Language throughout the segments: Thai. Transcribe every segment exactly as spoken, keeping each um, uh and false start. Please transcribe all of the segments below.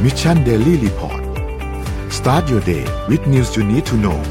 Mission Daily Report start your day with news you need to know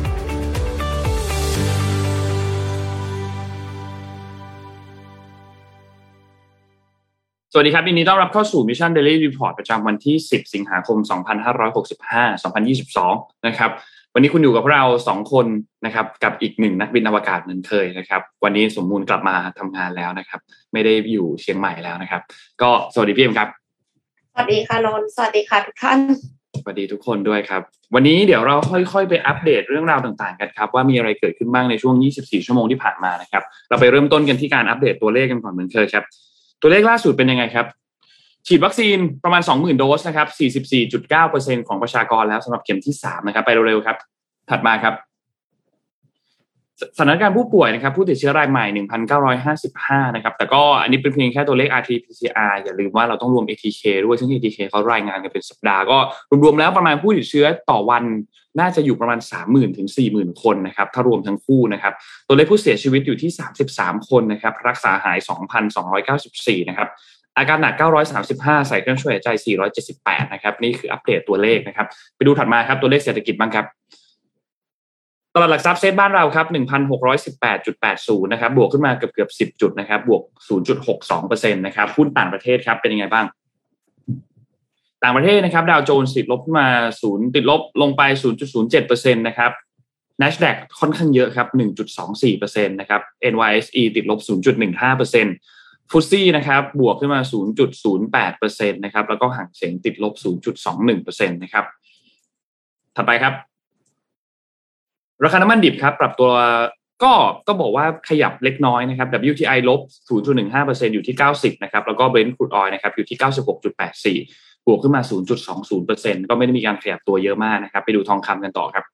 สวัสดีครับยินดีต้อนรับเข้าสู่ Mission Daily Report ประจำวันที่สิบสิงหาคมสองพันห้าร้อยหกสิบห้า สองพันยี่สิบสองนะครับวันนี้คุณอยู่กับเราสองคนนะครับกับอีกหนึ่งนักบินอวกาศเหมือนเคยนะครับวันนี้สมมูลกลับมาทำงานแล้วนะครับไม่ได้อยู่เชียงใหม่แล้วนะครับก็สวัสดีพี่เอ็มครับสวัสดีค่ะนนท์สวัสดีค่ะทุกท่านสวัสดีทุกคนด้วยครับวันนี้เดี๋ยวเราค่อยๆไปอัปเดตเรื่องราวต่างๆกันครับว่ามีอะไรเกิดขึ้นบ้างในช่วงยี่สิบสี่ชั่วโมงที่ผ่านมานะครับเราไปเริ่มต้นกันที่การอัปเดตตัวเลขกันก่อนเหมือนเคยครับตัวเลขล่าสุดเป็นยังไงครับฉีดวัคซีนประมาณ สองหมื่น โดสนะครับ สี่สิบสี่จุดเก้าเปอร์เซ็นต์ ของประชากรแล้วสำหรับเข็มที่สามนะครับไปเร็วๆครับถัดมาครับสถานการณ์ผู้ป่วยนะครับผู้ติดเชื้อรายใหม่ หนึ่งพันเก้าร้อยห้าสิบห้า นะครับแต่ก็อันนี้เป็นเพียงแค่ตัวเลข อาร์ ที พี ซี อาร์ อย่าลืมว่าเราต้องรวม เอ ที เค ด้วยซึ่ง เอ ที เค เขารายงานกันเป็นสัปดาห์ก็รวมๆแล้วประมาณผู้ติดเชื้อต่อวันน่าจะอยู่ประมาณ สามหมื่น ถึง สี่หมื่น คนนะครับถ้ารวมทั้งคู่นะครับตัวเลขผู้เสียชีวิตอยู่ที่สามสิบสามคนนะครับรักษาหาย สองพันสองร้อยเก้าสิบสี่ นะครับอาการหนักเก้าร้อยสามสิบห้าใส่เครื่องช่วยหายใจสี่ร้อยเจ็ดสิบแปดนะครับนี่คืออัปเดตตัวเลขนะครับไปดูถัดมาครับตัวเลขเศรษฐกิจบ้างครับตลาดหลักทรัพย์เซ็ตบ้านเราครับ หนึ่งพันหกร้อยสิบแปดจุดแปดศูนย์ นะครับบวกขึ้นมาเกือบๆสิบจุดนะครับบวก ศูนย์จุดหกสองเปอร์เซ็นต์ นะครับหุ้นต่างประเทศครับเป็นยังไงบ้างต่างประเทศนะครับดาวโจนส์ติดลบขึ้นมา0ติดลบลงไป ศูนย์จุดศูนย์เจ็ดเปอร์เซ็นต์ นะครับ NASDAQ ค่อนข้างเยอะครับ หนึ่งจุดสองสี่เปอร์เซ็นต์ นะครับ เอ็น วาย เอส อี ติดลบ ศูนย์จุดหนึ่งห้าเปอร์เซ็นต์ ฟุตซี่นะครับบวกขึ้นมา ศูนย์จุดศูนย์แปดเปอร์เซ็นต์ นะครับแล้วก็หางเส็งติดลบ ศูนย์จุดสองหนึ่งเปอร์เซ็นต์ นะครับถัดไปครับราคาน้ำมันดิบครับปรับตัวก็ก็บอกว่าขยับเล็กน้อยนะครับ ดับเบิลยู ที ไอ ลบ ศูนย์จุดหนึ่งห้าเปอร์เซ็นต์ อยู่ที่เก้าสิบนะครับแล้วก็ Brent crude oil นะครับอยู่ที่ เก้าสิบหกจุดแปดสี่ บวกขึ้นมา ศูนย์จุดสองศูนย์เปอร์เซ็นต์ ก็ไม่ได้มีการขยับตัวเยอะมากนะครับไปดูทองคำกันต่อครับ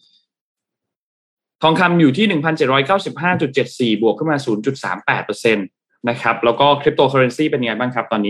ทองคำอยู่ที่ หนึ่งพันเจ็ดร้อยเก้าสิบห้าจุดเจ็ดสี่ บวกขึ้นมา ศูนย์จุดสามแปดเปอร์เซ็นต์ นะครับแล้วก็คริปโตเคอเรนซีเป็นยังไงบ้างครับตอนนี้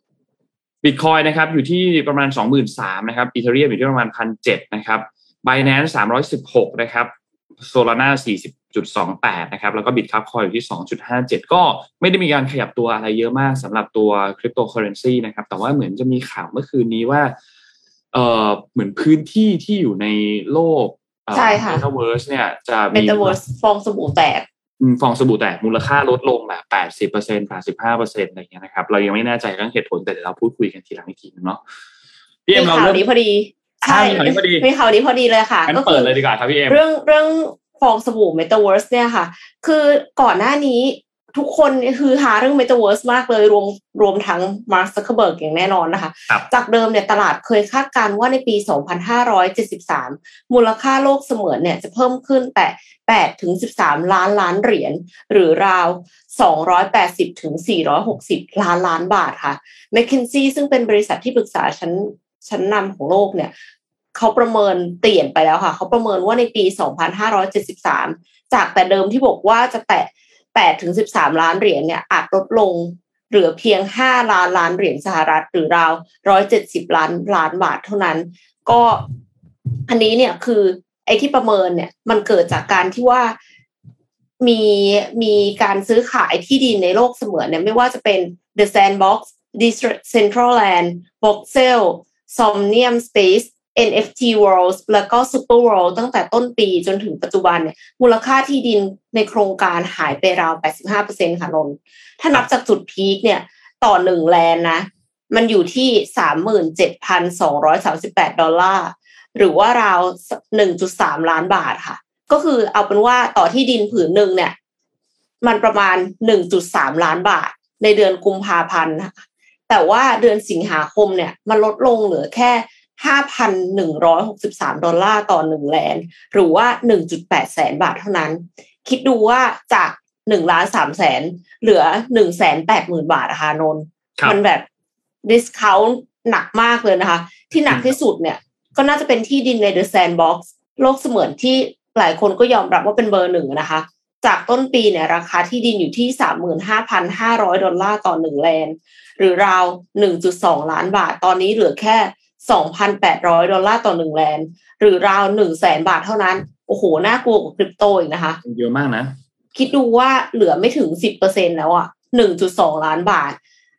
Bitcoin นะครับอยู่ที่ประมาณ สองหมื่นสามพัน นะครับ Ethereum อยู่ที่ประมาณ หนึ่งพันเจ็ดร้อย นะครับ Binance สามร้อยสิบหกนะครับ Solana สี่สิบจุดสองแปด นะครับแล้วก็ Bitcup Coin อยู่ที่ สองจุดห้าเจ็ด ก็ไม่ได้มีการขยับตัวอะไรเยอะมากสำหรับตัว Cryptocurrency นะครับแต่ว่าเหมือนจะมีข่าวเมื่อคืนนี้ว่าเอ่อเหมือนพื้นที่ที่อยู่ในโลกเอ่อ Metaverse เนี่ยจะมี Metaverse ฟองสบู่แตกฟองสบู่แตกมูลค่าลดลงแบบ แปดสิบเปอร์เซ็นต์ แปดสิบห้าเปอร์เซ็นต์ อะไรอย่างเงี้ยนะครับเรายังไม่แน่ใจเรื่องเหตุผลแต่เดี๋ยวเราพูดคุยกันทีหลังอีกทีนึงเนาะพี่เอ็มเราเริ่มนี้พอดีใช่มีข่าวนี้พอดีมีข่าวนี้พอดีเลยค่ะก็เปิดเลยดีกว่าครับพี่เอ็มเรื่องเรื่องฟองสบู่ Metaverse เนี่ยค่ะคือก่อนหน้านี้ทุกคนคือหาเรื่อง Metaverse มากเลยรวมรวมทั้ง Mark Zuckerberg อย่างแน่นอนนะคะจากเดิมเนี่ยตลาดเคยคาดการณ์ว่าในปีสองพันห้าร้อยเจ็ดสิบสามมูลค่าโลกเสมือนเนี่ยจะเพิ่มขึ้นแต่แปดถึงสิบสามล้านล้านเหรียญหรือราวสองร้อยแปดสิบถึงสี่ร้อยหกสิบล้านล้านบาทค่ะ McKinsey ซึ่งเป็นบริษัทที่ปรึกษาชั้นชั้นนำของโลกเนี่ยเขาประเมินเปลี่ยนไปแล้วค่ะเขาประเมินว่าในปีสองพันห้าร้อยเจ็ดสิบสามจากแต่เดิมที่บอกว่าจะแตะแปดถึงสิบสามล้านเหรียญเนี่ยอาจลดลงเหลือเพียงห้าล้านล้านเหรียญสหรัฐหรือราวหนึ่งร้อยเจ็ดสิบล้านล้านบาทเท่านั้นก็อันนี้เนี่ยคือไอ้ที่ประเมินเนี่ยมันเกิดจากการที่ว่ามีมีการซื้อขายที่ดินในโลกเสมือนเนี่ยไม่ว่าจะเป็น The Sandbox Decentraland Voxel Somnium Spaceเอ็น เอฟ ที World แล้วก็ Super World ตั้งแต่ต้นปีจนถึงปัจจุบันเนี่ยมูลค่าที่ดินในโครงการหายไปราว แปดสิบห้าเปอร์เซ็นต์ ค่ะนนท์ถ้านับจากจุดพีคเนี่ยต่อหนึ่งแลนด์นะมันอยู่ที่ สามหมื่นเจ็ดพันสองร้อยสามสิบแปด ดอลลาร์หรือว่าราว หนึ่งจุดสาม ล้านบาทค่ะก็คือเอาเป็นว่าต่อที่ดินผืนนึงเนี่ยมันประมาณ หนึ่งจุดสาม ล้านบาทในเดือนกุมภาพันธ์นะคะแต่ว่าเดือนสิงหาคมเนี่ยมันลดลงเหลือแค่ห้าพันหนึ่งร้อยหกสิบสาม ดอลลาร์ต่อหนึ่งแลนด์หรือว่า หนึ่งจุดแปด แสนบาทเท่านั้นคิดดูว่าจากหนึ่งล้านสามแสนเหลือ หนึ่งแสนแปดหมื่น บาทนะคะนนท์มันแบบดิสเคาท์หนักมากเลยนะคะที่หนักที่สุดเนี่ยก็น่าจะเป็นที่ดินใน The Sandbox โลกเสมือนที่หลายคนก็ยอมรับว่าเป็นเบอร์หนึ่งนะคะจากต้นปีเนี่ยราคาที่ดินอยู่ที่ สามหมื่นห้าพันห้าร้อย ดอลลาร์ต่อหนึ่งแลนด์หรือราว หนึ่งจุดสอง ล้านบาทตอนนี้เหลือแค่สองพันแปดร้อย ดอลลาร์ต่อหนึ่งแลนด์หรือราว หนึ่งแสน บาทเท่านั้นโอ้โหน่ากลัวกว่าคริปโตอีกนะคะเยอะมากนะคิดดูว่าเหลือไม่ถึง สิบเปอร์เซ็นต์ แล้วอ่ะ หนึ่งจุดสอง ล้านบาท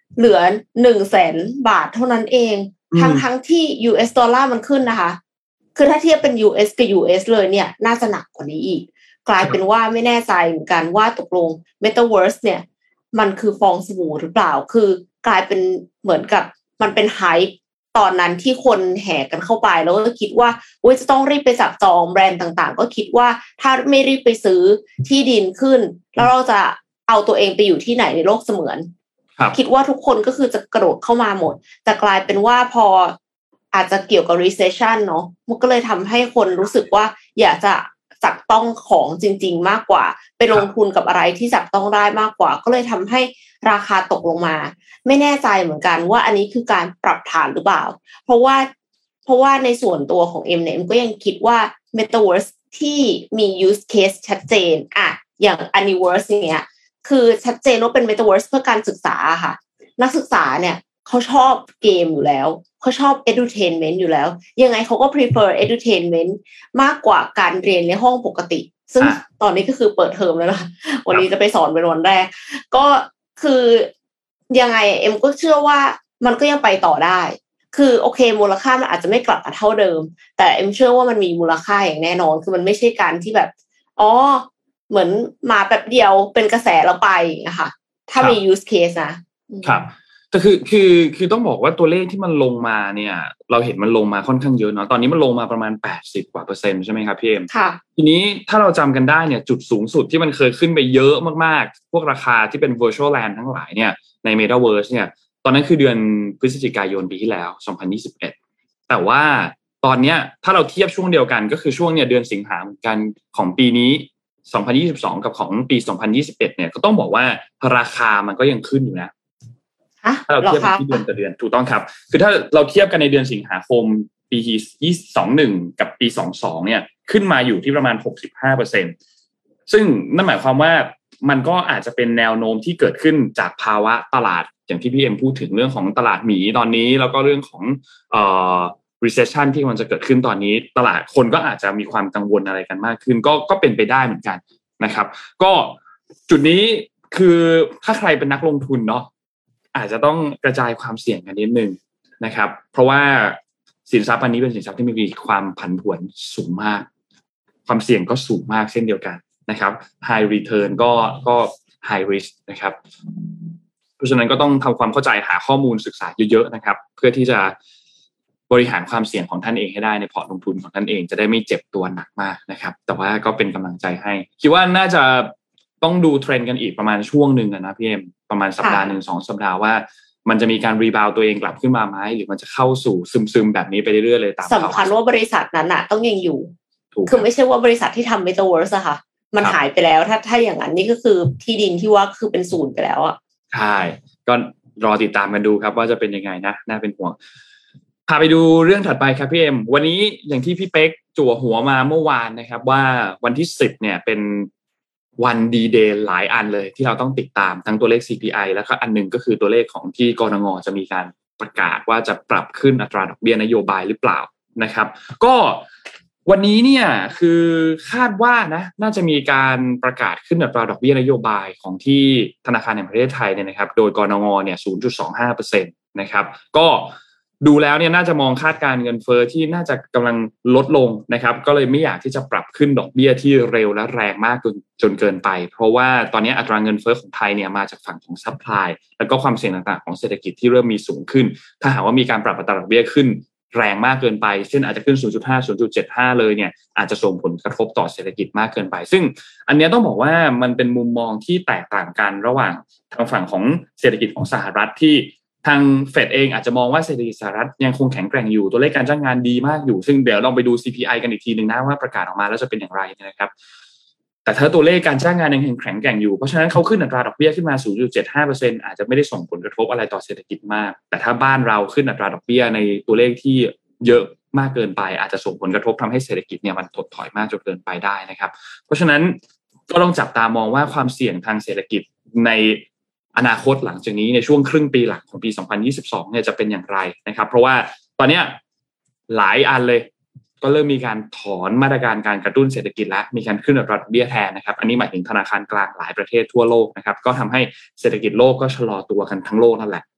เหลือ หนึ่งแสน บาทเท่านั้นเองทั้งทั้งที่ ยู เอส ดอลลาร์มันขึ้นนะคะคือถ้าเทียบเป็น ยู เอส กับ ยู เอส เลยเนี่ยน่าจะหนักกว่านี้อีกกลายเป็นว่าไม่แน่ใจเหมือนกันว่าตกลง Metaverse เนี่ยมันคือฟองสบู่หรือเปล่าคือกลายเป็นเหมือนกับมันเป็นไฮป์ตอนนั้นที่คนแห่กันเข้าไปแล้วก็คิดว่าอุ๊ยจะต้องรีบไปจับจองแบรนด์ต่างๆก็คิดว่าถ้าไม่รีบไปซื้อที่ดินขึ้นแล้วเราจะเอาตัวเองไปอยู่ที่ไหนในโลกเสมือนคิดว่าทุกคนก็คือจะกระโดดเข้ามาหมดแต่กลายเป็นว่าพออาจจะเกี่ยวกับ recession เนาะมันก็เลยทำให้คนรู้สึกว่าอยากจะจับต้องของจริงๆมากกว่าไปลงทุนกับอะไรที่จับต้องได้มากกว่าก็เลยทำให้ราคาตกลงมาไม่แน่ใจเหมือนกันว่าอันนี้คือการปรับฐานหรือเปล่าเพราะว่าเพราะว่าในส่วนตัวของเอ็มเนี่ยเอ็มก็ยังคิดว่า Metaverse ที่มี use case ชัดเจนอะอย่าง Universe อย่างเงี้ยคือชัดเจนว่าเป็น Metaverse เพื่อการศึกษาค่ะนักศึกษาเนี่ยเขาชอบเกมอยู่แล้วเขาชอบ edutainment อยู่แล้วยังไงเขาก็ prefer edutainment มากกว่าการเรียนในห้องปกติซึ่งตอนนี้ก็คือเปิดเทอมแล้วล่ะวันนี้จะไปสอนเป็นวันแรกก็คือยังไงเอ็มก็เชื่อว่ามันก็ยังไปต่อได้คือโอเคมูลค่ามันอาจจะไม่กลับมาเท่าเดิมแต่เอ็มเชื่อว่ามันมีมูลค่าอย่างแน่นอนคือมันไม่ใช่การที่แบบอ๋อเหมือนมาแป๊บเดียวเป็นกระแสแล้วไปนะคะถ้ามี use case นะครับแต่คือคือคือต้องบอกว่าตัวเลขที่มันลงมาเนี่ยเราเห็นมันลงมาค่อนข้างเยอะเนาะตอนนี้มันลงมาประมาณแปดสิบกว่าเปอร์เซ็นต์ใช่ไหมครับพี่เอ็มค่ะทีนี้ถ้าเราจำกันได้เนี่ยจุดสูงสุดที่มันเคยขึ้นไปเยอะมากๆพวกราคาที่เป็น virtual land ทั้งหลายเนี่ยใน Metaverse เนี่ยตอนนั้นคือเดือนพฤศจิกายนปีที่แล้วสองพันยี่สิบเอ็ดแต่ว่าตอนเนี้ยถ้าเราเทียบช่วงเดียวกันก็คือช่วงเนี่ยเดือนสิงหาคมกันของปีนี้สองพันยี่สิบสองกับของปีสองพันยี่สิบเอ็ดเนี่ยก็ต้องบอกว่าราคามันก็ยังขึ้นอยู่นะถ้าเราเทียบที่เดือนต่อเดือนถูกต้องครับคือถ้าเราเทียบกันในเดือนสิงหาคมปียี่สิบสองหนึ่งกับปีสองสองเนี่ยขึ้นมาอยู่ที่ประมาณ หกสิบห้าเปอร์เซ็นต์ ซึ่งนั่นหมายความว่ามันก็อาจจะเป็นแนวโน้มที่เกิดขึ้นจากภาวะตลาดอย่างที่พี่เอ็มพูดถึงเรื่องของตลาดหมีตอนนี้แล้วก็เรื่องของเอ่อ recession ที่มันจะเกิดขึ้นตอนนี้ตลาดคนก็อาจจะมีความกังวลอะไรกันมากขึ้นก็ก็เป็นไปได้เหมือนกันนะครับก็จุดนี้คือถ้าใครเป็นนักลงทุนเนาะอาจจะต้องกระจายความเสี่ยงกันนิดนึงนะครับเพราะว่าสินทรัพย์อันนี้เป็นสินทรัพย์ที่มีความผันผวนสูงมากความเสี่ยงก็สูงมากเช่นเดียวกันนะครับ high return ก็ก็ high risk นะครับเพราะฉะนั้นก็ต้องทำความเข้าใจหาข้อมูลศึกษาเยอะๆนะครับเพื่อที่จะบริหารความเสี่ยงของท่านเองให้ได้ในพอร์ตลงทุนของท่านเองจะได้ไม่เจ็บตัวหนักมากนะครับแต่ว่าก็เป็นกำลังใจให้คิดว่าน่าจะต้องดูเทรนด์กันอีกประมาณช่วงหนึ่งนะพี่เอ็มประมาณสัปดาห์หนึ่งสองสัปดาห์ว่ามันจะมีการรีบาวตัวเองกลับขึ้นมาไหมหรือมันจะเข้าสู่ซึมๆแบบนี้ไปเรื่อยๆเลยตามสำคัญว่าบริษัทนั้นน่ะต้องยังอยู่คือไม่ใช่ว่าบริษัทที่ทำ Metaverse อะค่ะมันหายไปแล้วถ้าถ้าอย่างนั้นนี่ก็คือที่ดินที่ว่าคือเป็นศูนย์ไปแล้วอะใช่ก็รอติดตามกันดูครับว่าจะเป็นยังไงนะน่าเป็นห่วงพาไปดูเรื่องถัดไปครับพี่เอ็มวันนี้อย่างที่พี่เป๊กจั่วหัวมาเมื่อวานนะครับว่าวันที่สิบเนี่ยเป็นวันดีเดย์หลายอันเลยที่เราต้องติดตามทั้งตัวเลข ซี พี ไอ แล้วก็อันนึงก็คือตัวเลขของที่กนง.จะมีการประกาศว่าจะปรับขึ้นอัตราดอกเบี้ยนโยบายหรือเปล่านะครับก็วันนี้เนี่ยคือคาดว่านะน่าจะมีการประกาศขึ้นอัตราดอกเบี้ยนโยบายของที่ธนาคารแห่งประเทศไทยเนี่ยนะครับโดยกนง.เนี่ย ศูนย์จุดสองห้าเปอร์เซ็นต์ นะครับก็ดูแล้วเนี่ยน่าจะมองคาดการเงินเฟ้อที่น่าจะกำลังลดลงนะครับก็เลยไม่อยากที่จะปรับขึ้นดอกเบี้ยที่เร็วและแรงมากจนจนเกินไปเพราะว่าตอนนี้อัตราเงินเฟ้อของไทยเนี่ยมาจากฝั่งของซัพพลายแล้วก็ความเสี่ยงต่างๆของเศรษฐกิจที่เริ่มมีสูงขึ้นถ้าหากว่ามีการปรับอัตราดอกเบี้ยขึ้นแรงมากเกินไปเช่นอาจจะขึ้น ศูนย์จุดห้า ศูนย์จุดเจ็ดห้า เลยเนี่ยอาจจะส่งผลกระทบต่อเศรษฐกิจมากเกินไปซึ่งอันนี้ต้องบอกว่ามันเป็นมุมมองที่แตกต่างกันระหว่างทางฝั่งของเศรษฐกิจของสหรัฐที่ทางเฟดเองอาจจะมองว่าเศรษฐกิจสหรัฐยังคงแข็งแกร่งอยู่ตัวเลขการจ้างงานดีมากอยู่ซึ่งเดี๋ยวลองไปดู ซี พี ไอ กันอีกทีนึงนะว่าประกาศออกมาแล้วจะเป็นอย่างไรนะครับแต่ถ้าตัวเลขการจ้างงานยังแข็งแกร่งอยู่เพราะฉะนั้นเขาขึ้นอัตราดอกเบี้ยขึ้นมา ศูนย์จุดเจ็ดห้าเปอร์เซ็นต์ อาจจะไม่ได้ส่งผลกระทบอะไรต่อเศรษฐกิจมากแต่ถ้าบ้านเราขึ้นอัตราดอกเบี้ยในตัวเลขที่เยอะมากเกินไปอาจจะส่งผลกระทบทำให้เศรษฐกิจเนี่ยมันถดถอยมากจนเกินไปได้นะครับเพราะฉะนั้นก็ต้องจับตามองว่าความเสี่ยงทางเศรษฐกิจในอนาคตหลังจากนี้ในช่วงครึ่งปีหลังของปีสองพันยี่สิบสองเนี่ยจะเป็นอย่างไรนะครับเพราะว่าตอนนี้หลายอันเลยก็เริ่มมีการถอนมาตรการการกระตุ้นเศรษฐกิจแล้วมีการขึ้นอัตราดอกเบี้ยแทนนะครับอันนี้หมายถึงธนาคารกลางหลายประเทศทั่วโลกนะครับก็ทำให้เศรษฐกิจโลกก็ชะลอตัวกันทั้งโลกนั่นแหละ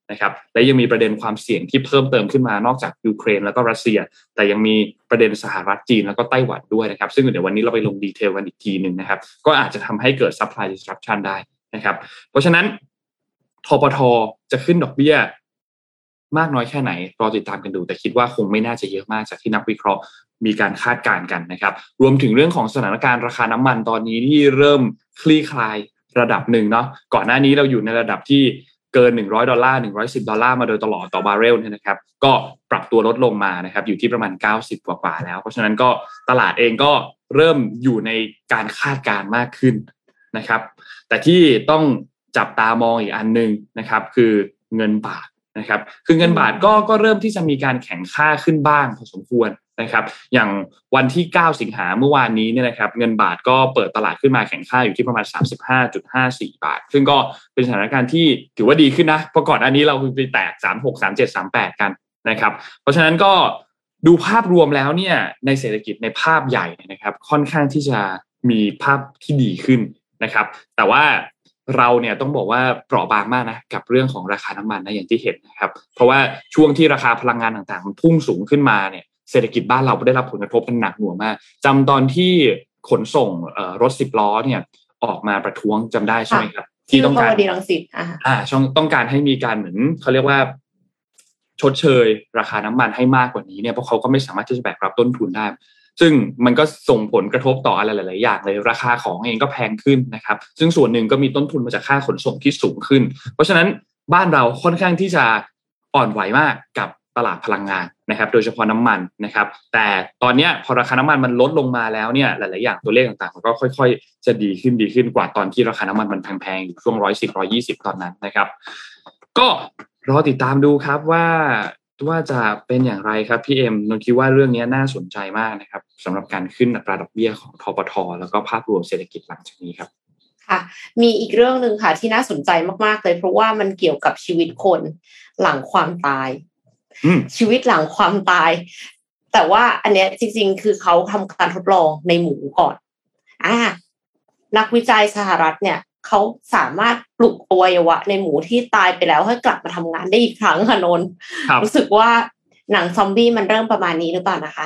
นะครับและยังมีประเด็นความเสี่ยงที่เพิ่มเติมขึ้นมานอกจากยูเครนแล้วก็รัสเซียแต่ยังมีประเด็นสหรัฐจีนแล้วก็ไต้หวันด้วยนะครับซึ่งเดี๋ยววันนี้เราไปลงดีเทลกันอีกทีนึงนะครับก็อาจจะทำให้เกิด supply disruption ได้นะครับเพราะฉะนั้นธปท.จะขึ้นดอกเบี้ยมากน้อยแค่ไหนรอติดตามกันดูแต่คิดว่าคงไม่น่าจะเยอะมากจากที่นักวิเคราะห์มีการคาดการณ์กันนะครับรวมถึงเรื่องของสถานการณ์ราคาน้ำมันตอนนี้ที่เริ่มคลี่คลายระดับหนึ่งเนาะก่อนหน้านี้เราอยู่ในระดับที่เกินหนึ่งร้อยดอลลาร์หนึ่งร้อยสิบดอลลาร์มาโดยตลอดต่อบาร์เรลเนี่ยนะครับก็ปรับตัวลดลงมานะครับอยู่ที่ประมาณเก้าสิบกว่าๆแล้วเพราะฉะนั้นก็ตลาดเองก็เริ่มอยู่ในการคาดการณ์มากขึ้นนะครับแต่ที่ต้องจับตามองอีกอันนึงนะครับคือเงินบาทนะครับคือเงินบาทก็ก็เริ่มที่จะมีการแข็งค่าขึ้นบ้างพอสมควรนะครับอย่างวันที่เก้าสิงหาเมื่อวานนี้เนี่ยนะครับเงินบาทก็เปิดตลาดขึ้นมาแข็งค่าอยู่ที่ประมาณ สามสิบห้าจุดห้าสี่ บาทซึ่งก็เป็นสถานการณ์ที่ถือว่าดีขึ้นนะเพราะก่อนอันนี้เราไปแตกสามสิบหก สามสิบเจ็ด สามสิบแปดกันนะครับเพราะฉะนั้นก็ดูภาพรวมแล้วเนี่ยในเศรษฐกิจในภาพใหญ่นะครับค่อนข้างที่จะมีภาพที่ดีขึ้นนะครับแต่ว่าเราเนี่ยต้องบอกว่าเปราะบางมากนะกับเรื่องของราคาน้ำมันนะอย่างที่เห็นนะครับเพราะว่าช่วงที่ราคาพลังงานต่างๆมันพุ่งสูงขึ้นมาเนี่ยเศรษฐกิจบ้านเราได้รับผลกระทบเป็นหนักหน่วงมากจำตอนที่ขนส่งรถสิบล้อเนี่ยออกมาประท้วงจำได้ใช่ไหมครับที่ต้องการอ่าช่องต้องการให้มีการเหมือนเขาเรียกว่าชดเชยราคาน้ำมันให้มากกว่านี้เนี่ยเพราะเขาก็ไม่สามารถที่จะแบกรับต้นทุนได้ซึ่งมันก็ส่งผลกระทบต่ออะไรหลายๆอย่างเลยราคาของเองก็แพงขึ้นนะครับซึ่งส่วนหนึ่งก็มีต้นทุนมาจากค่าขนส่งที่สูงขึ้นเพราะฉะนั้นบ้านเราค่อนข้างที่จะอ่อนไหวมากกับตลาดพลังงานนะครับโดยเฉพาะน้ำมันนะครับแต่ตอนนี้พอราคาน้ำมันมันลดลงมาแล้วเนี่ยหลายๆอย่างตัวเลขต่างๆมันก็ค่อยๆจะดีขึ้นดีขึ้นกว่าตอนที่ราคาน้ำมันมันแพงๆอยู่ช่วงหนึ่งร้อยสิบ หนึ่งร้อยยี่สิบตอนนั้นนะครับก็รอติดตามดูครับว่าว่าจะเป็นอย่างไรครับพี่เอ็มนนท์คิดว่าเรื่องนี้น่าสนใจมากนะครับสำหรับการขึ้นอัตราดอกเบี้ยของธปท.แล้วก็ภาพรวมเศรษฐกิจหลังจากนี้ครับค่ะมีอีกเรื่องนึงค่ะที่น่าสนใจมากๆเลยเพราะว่ามันเกี่ยวกับชีวิตคนหลังความตายชีวิตหลังความตายแต่ว่าอันเนี้ยจริงๆคือเขาทำการทดลองในหมูก่อนอ่านักวิจัยสหรัฐเนี่ยเขาสามารถปลุกอวัยวะในหมูที่ตายไปแล้วให้กลับมาทำงานได้อีกครั้งค่ะนนท์รู้สึกว่าหนังซอมบี้มันเริ่มประมาณนี้หรือเปล่านะคะ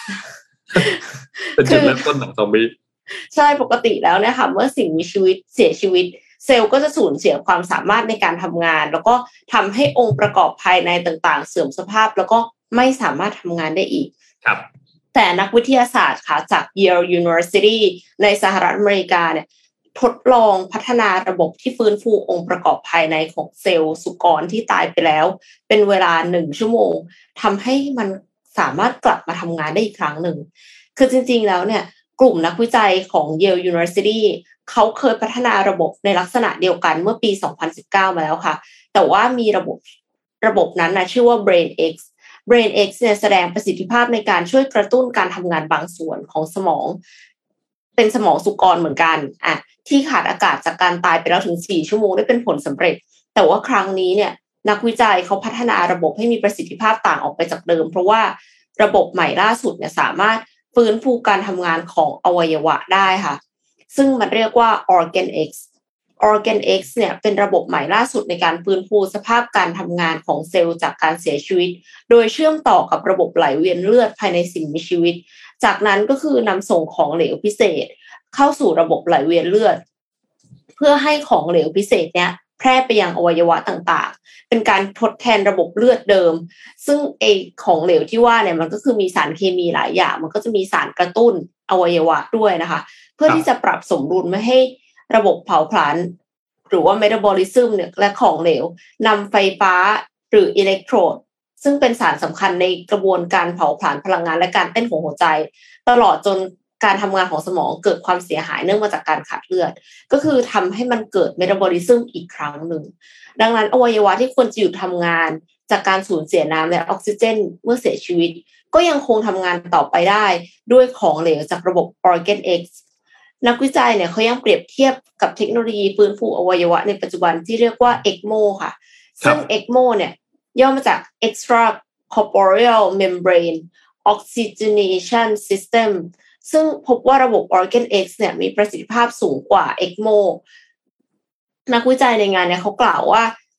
เป็นจุดเริ่มต้นหนังซอมบี้ใช่ปกติแล้วเนี่ยค่ะเมื่อสิ่งมีชีวิตเสียชีวิตเซลล์ก็จะสูญเสียความสามารถในการทำงานแล้วก็ทำให้องค์ประกอบภายในต่างๆเสื่อมสภาพแล้วก็ไม่สามารถทำงานได้อีกครับแต่นักวิทยาศาสตร์ค่ะจาก Yale University ในสหรัฐอเมริกาเนี่ยทดลองพัฒนาระบบที่ฟื้นฟูองค์ประกอบภายในของเซลล์สุกรที่ตายไปแล้วเป็นเวลาหนึ่งชั่วโมงทำให้มันสามารถกลับมาทำงานได้อีกครั้งหนึ่งคือจริงๆแล้วเนี่ยกลุ่มนักวิจัยของ Yale University เขาเคยพัฒนาระบบในลักษณะเดียวกันเมื่อปีสองพันสิบเก้ามาแล้วค่ะแต่ว่ามีระบบระบบนั้นนะชื่อว่า BrainX BrainX เนี่ยแสดงประสิทธิภาพในการช่วยกระตุ้นการทำงานบางส่วนของสมองเป็นสมองสุกรเหมือนกันอ่ะที่ขาดอากาศจากการตายไปแล้วถึงสี่ชั่วโมงได้เป็นผลสำเร็จแต่ว่าครั้งนี้เนี่ยนักวิจัยเขาพัฒนาระบบให้มีประสิทธิภาพต่างออกไปจากเดิมเพราะว่าระบบใหม่ล่าสุดเนี่ยสามารถฟื้นฟูการทำงานของอวัยวะได้ค่ะซึ่งมันเรียกว่า OrganX OrganX เนี่ยเป็นระบบใหม่ล่าสุดในการฟื้นฟูสภาพการทำงานของเซลล์จากการเสียชีวิตโดยเชื่อมต่อกับระบบไหลเวียนเลือดภายในสิ่งมีชีวิตจากนั้นก็คือนำส่งของเหลวพิเศษเข้าสู่ระบบไหลเวียนเลือดเพื่อให้ของเหลวพิเศษเนี้ยแพร่ไปยังอวัยวะต่างๆเป็นการทดแทนระบบเลือดเดิมซึ่งไอของเหลวที่ว่าเนี่ยมันก็คือมีสารเคมีหลายอย่างมันก็จะมีสารกระตุ้นอวัยวะด้วยนะคะเพื่อที่จะปรับสมดุลไม่ให้ระบบเผาผลาญหรือว่าเมตาบอลิซึมเนี่ยและของเหลวนำไฟฟ้าหรืออิเล็กโทรดซึ่งเป็นสารสำคัญในกระบวนการเผาผลาญพลังงานและการเต้นของหัวใจตลอดจนการทำงานของสมองเกิดความเสียหายเนื่องมาจากการขาดเลือดก็คือทำให้มันเกิดเมตาบอลิซึมอีกครั้งหนึ่งดังนั้นอวัยวะที่ควรจะหยุดทำงานจากการสูญเสียน้ำและออกซิเจนเมื่อเสียชีวิตก็ยังคงทำงานต่อไปได้ด้วยของเหลวจากระบบ OrganX นักวิจัยเนี่ยเขายังเปรียบเทียบกับเทคโนโลยีฟื้นฟูอวัยวะในปัจจุบันที่เรียกว่า เอ็กโม ค่ะซึ่ง เอ็กโม เนี่ยย่อมาจาก Extra Corporeal Membrane Oxygenation System ซึ่งพบว่าระบบ OrganX เนี่ยมีประสิทธิภาพสูงกว่า เอ็กโม นักวิจัยในงานเนี่ยเขากล่าวว่า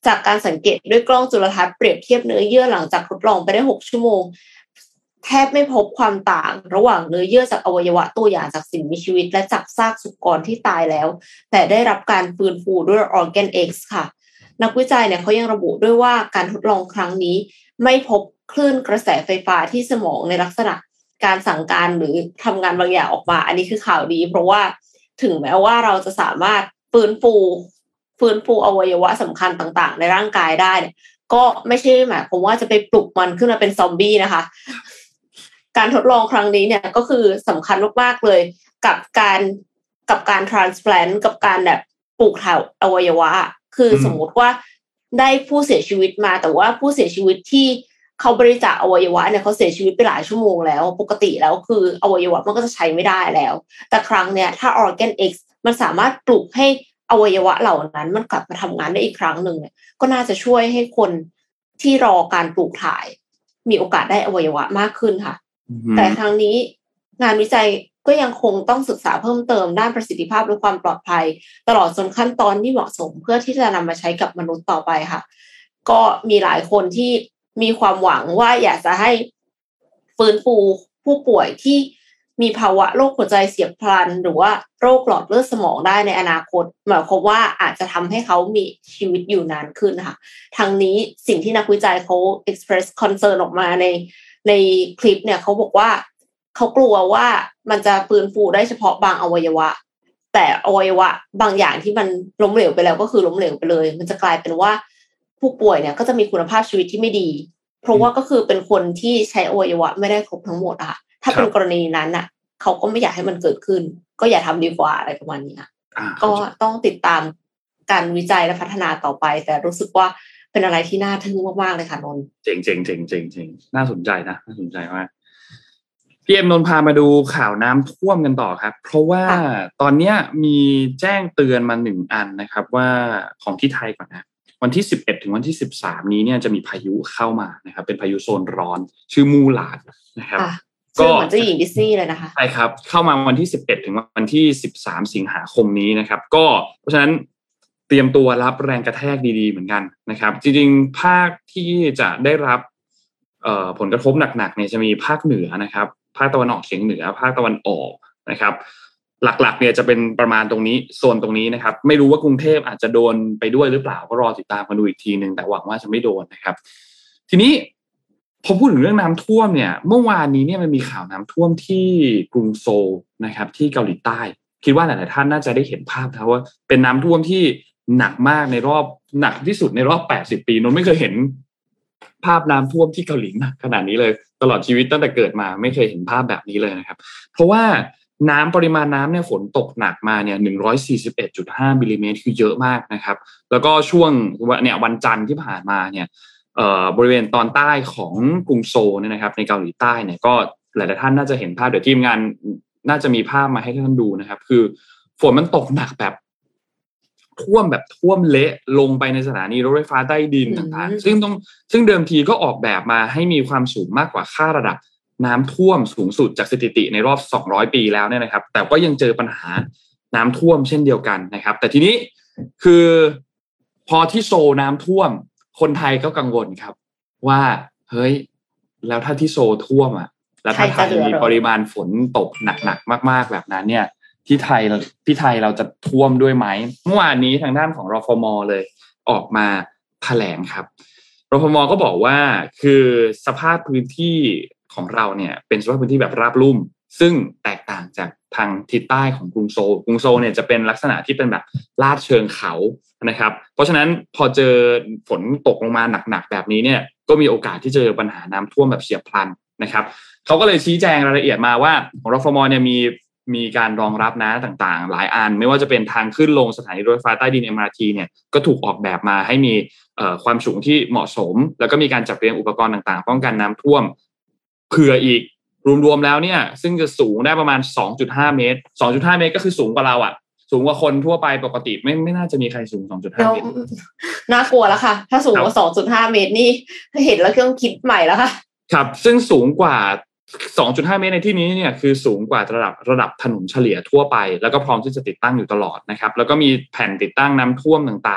จากการสังเกตด้วยกล้องจุลทรรศน์เปรียบเทียบเนื้อเยื่อหลังจากทดลองไปได้หกชั่วโมงแทบไม่พบความต่างระหว่างเนื้อเยื่อจากอวัยวะตัวอย่างจากสิ่งมีชีวิตและจากซากสุกรที่ตายแล้วแต่ได้รับการฟื้นฟูด้วย Organ X ค่ะนักวิจัยเนี่ยเขายังระบุด้วยว่าการทดลองครั้งนี้ไม่พบคลื่นกระแสไฟฟ้าที่สมองในลักษณะการสั่งการหรือทำงานบางอย่างออกมาอันนี้คือข่าวดีเพราะว่าถึงแม้ว่าเราจะสามารถฟื้นฟูฟื้นฟูอวัยวะสำคัญต่างๆในร่างกายได้เนี่ยก็ไม่ใช่หมายความว่าจะไปปลุกมันขึ้นมาเป็นซอมบี้นะคะการทดลองครั้งนี้เนี่ยก็คือสำคัญมากๆเลยกับการกับการ transplant กับการแบบปลูกถ่ายอวัยวะคือสมมุติว่าได้ผู้เสียชีวิตมาแต่ว่าผู้เสียชีวิตที่เขาบริจาคอวัยวะเนี่ยเขาเสียชีวิตไปหลายชั่วโมงแล้วปกติแล้วคืออวัยวะมันก็จะใช้ไม่ได้แล้วแต่ครั้งเนี้ยถ้า Organ X มันสามารถปลุกให้อวัยวะเหล่านั้นมันกลับมาทำงานได้อีกครั้งหนึ่งเนี่ยก็น่าจะช่วยให้คนที่รอการปลูกถ่ายมีโอกาสได้อวัยวะมากขึ้นค่ะ mm-hmm. แต่ครั้งนี้งานวิจัยก็ยังคงต้องศึกษาเพิ่มเติมด้านประสิทธิภาพและความปลอดภัยตลอดจนขั้นตอนที่เหมาะสมเพื่อที่จะนำมาใช้กับมนุษย์ต่อไปค่ะก็มีหลายคนที่มีความหวังว่าอยากจะให้ฟื้นฟูผู้ป่วยที่มีภาวะโรคหัวใจเฉียบพลันหรือว่าโรคหลอดเลือดสมองได้ในอนาคตหมายความว่าอาจจะทำให้เขามีชีวิตอยู่นานขึ้นค่ะทางนี้สิ่งที่นักวิจัยเขา express concern ออกมาในในคลิปเนี่ยเขาบอกว่าเขากลัวว่ามันจะฟื้นฟูได้เฉพาะบางอวัยวะแต่อวัยวะบางอย่างที่มันล้มเหลวไปแล้วก็คือล้มเหลวไปเลยมันจะกลายเป็นว่าผู้ป่วยเนี่ยก็จะมีคุณภาพชีวิตที่ไม่ดีเพราะว่าก็คือเป็นคนที่ใช้อวัยวะไม่ได้ครบทั้งหมดอะค่ะถ้าเป็นกรณีนั้นน่ะเขาก็ไม่อยากให้มันเกิดขึ้นก็อย่าทำดีกว่าอะไรประมาณนี้ก็ต้องติดตามการวิจัยและพัฒนาต่อไปแต่รู้สึกว่าเป็นอะไรที่น่าทึ่งมากๆเลยค่ะนนท์เจ๋งเจ๋งเจ๋งเจ๋งเจ๋งน่าสนใจนะน่าสนใจมากพี่เอ็มนนท์พามาดูข่าวน้ำท่วมกันต่อครับเพราะว่าตอนนี้มีแจ้งเตือนมาหนึ่งอันนะครับว่าของที่ไทยก่อนนะวันที่สิบเอ็ดถึงวันที่สิบสามนี้เนี่ยจะมีพายุเข้ามานะครับเป็นพายุโซนร้อนชื่อมูหลาดนะครับก็เหมือนเจ้าหญิงดิสนีย์เลยนะคะใช่ครับเข้ามาวันที่สิบเอ็ดถึงวันที่สิบสามสิงหาคมนี้นะครับก็เพราะฉะนั้นเตรียมตัวรับแรงกระแทกดีๆเหมือนกันนะครับจริงๆภาคที่จะได้รับผลกระทบหนักๆเนี่ยจะมีภาคเหนือนะครับภาคตะวันออกเฉียงเหนือภาคตะวันออกนะครับหลักๆเนี่ยจะเป็นประมาณตรงนี้โซนตรงนี้นะครับไม่รู้ว่ากรุงเทพอาจจะโดนไปด้วยหรือเปล่าก็รอติดตามกันดูอีกทีนึงแต่หวังว่าจะไม่โดนนะครับทีนี้พอพูดถึงเรื่องน้ำท่วมเนี่ยเมื่อวานนี้เนี่ยมันมีข่าวน้ำท่วมที่กรุงโซลนะครับที่เกาหลีใต้คิดว่าหลายๆท่านน่าจะได้เห็นภาพนะว่าเป็นน้ำท่วมที่หนักมากในรอบหนักที่สุดในรอบแปดสิบปีนนไม่เคยเห็นภาพน้ำท่วมที่เกาหลีหนักขนาดนี้เลยตลอดชีวิตตั้งแต่เกิดมาไม่เคยเห็นภาพแบบนี้เลยนะครับเพราะว่าน้ำปริมาณน้ำเนี่ยฝนตกหนักมาเนี่ยหนึ่งร้อยสี่สิบเอ็ดจุดห้ามิลลิเมตรคือเยอะมากนะครับแล้วก็ช่วงเนี่ยวันจันทร์ที่ผ่านมาเนี่ยเอ่อบริเวณตอนใต้ของกรุงโซลเนี่ยนะครับในเกาหลีใต้เนี่ยก็หลายๆท่านน่าจะเห็นภาพเดี๋ยวทีมงานน่าจะมีภาพมาให้ท่านดูนะครับคือฝนมันตกหนักแบบท่วมแบบท่วมเละลงไปในสถานีรถไฟฟ้าใต้ดินต่างๆซึ่งต้องซึ่งเดิมทีก็ออกแบบมาให้มีความสูงมากกว่าค่าระดับน้ำท่วมสูงสุดจากสถิติในรอบสองร้อยปีแล้วเนี่ยนะครับแต่ก็ยังเจอปัญหาน้ำท่วมเช่นเดียวกันนะครับแต่ทีนี้คือพอที่โซลน้ำท่วมคนไทยก็กังวลครับว่าเฮ้ยแล้วถ้าที่โซลท่วมอ่ะแล้วถ้าไทยมีปริมาณฝนตกหนักๆมากๆแบบนั้นเนี่ยที่ไทยที่ไทยเราจะท่วมด้วยไหมเมื่อวานนี้ทางด้านของรฟม.เลยออกมาแถลงครับรฟม.ก็บอกว่าคือสภาพพื้นที่ของเราเนี่ยเป็นสภาพพื้นที่แบบราบลุ่มซึ่งแตกต่างจากทางทิศใต้ของกรุงโซลกรุงโซลเนี่ยจะเป็นลักษณะที่เป็นแบบลาดเชิงเขานะครับเพราะฉะนั้นพอเจอฝนตกลงมาหนักๆแบบนี้เนี่ยก็มีโอกาสที่จะเจอปัญหาน้ำท่วมแบบเฉียบพลันนะครับเขาก็เลยชี้แจงรายละเอียดมาว่าของรฟม.เนี่ยมีมีการรองรับนะต่างๆหลายอันไม่ว่าจะเป็นทางขึ้นลงสถานีรถไฟฟ้าใต้ดิน เอ็ม อาร์ ที เนี่ยก็ถูกออกแบบมาให้มีความสูงที่เหมาะสมแล้วก็มีการจัดเรียงอุปกรณ์ต่างๆป้องกันน้ำท่วมเผื่ออีกรวมๆแล้วเนี่ยซึ่งจะสูงได้ประมาณ สองจุดห้า เมตร สองจุดห้า เมตรก็คือสูงกว่าเราอ่ะสูงกว่าคนทั่วไปปกติไม่ไม่น่าจะมีใครสูง สองจุดห้า เมตรน่ากลัวแล้วค่ะถ้าสูงกว่า สองจุดห้า เมตรนี่เห็นแล้วต้องคิดใหม่แล้วค่ะครับซึ่งสูงกว่า สองจุดห้า เมตรในที่นี้เนี่ยคือสูงกว่าระดับระดับถนนเฉลี่ยทั่วไปแล้วก็พร้อมที่จะติดตั้งอยู่ตลอดนะครับแล้วก็มีแผ่นติดตั้งน้ำท่วมต่าง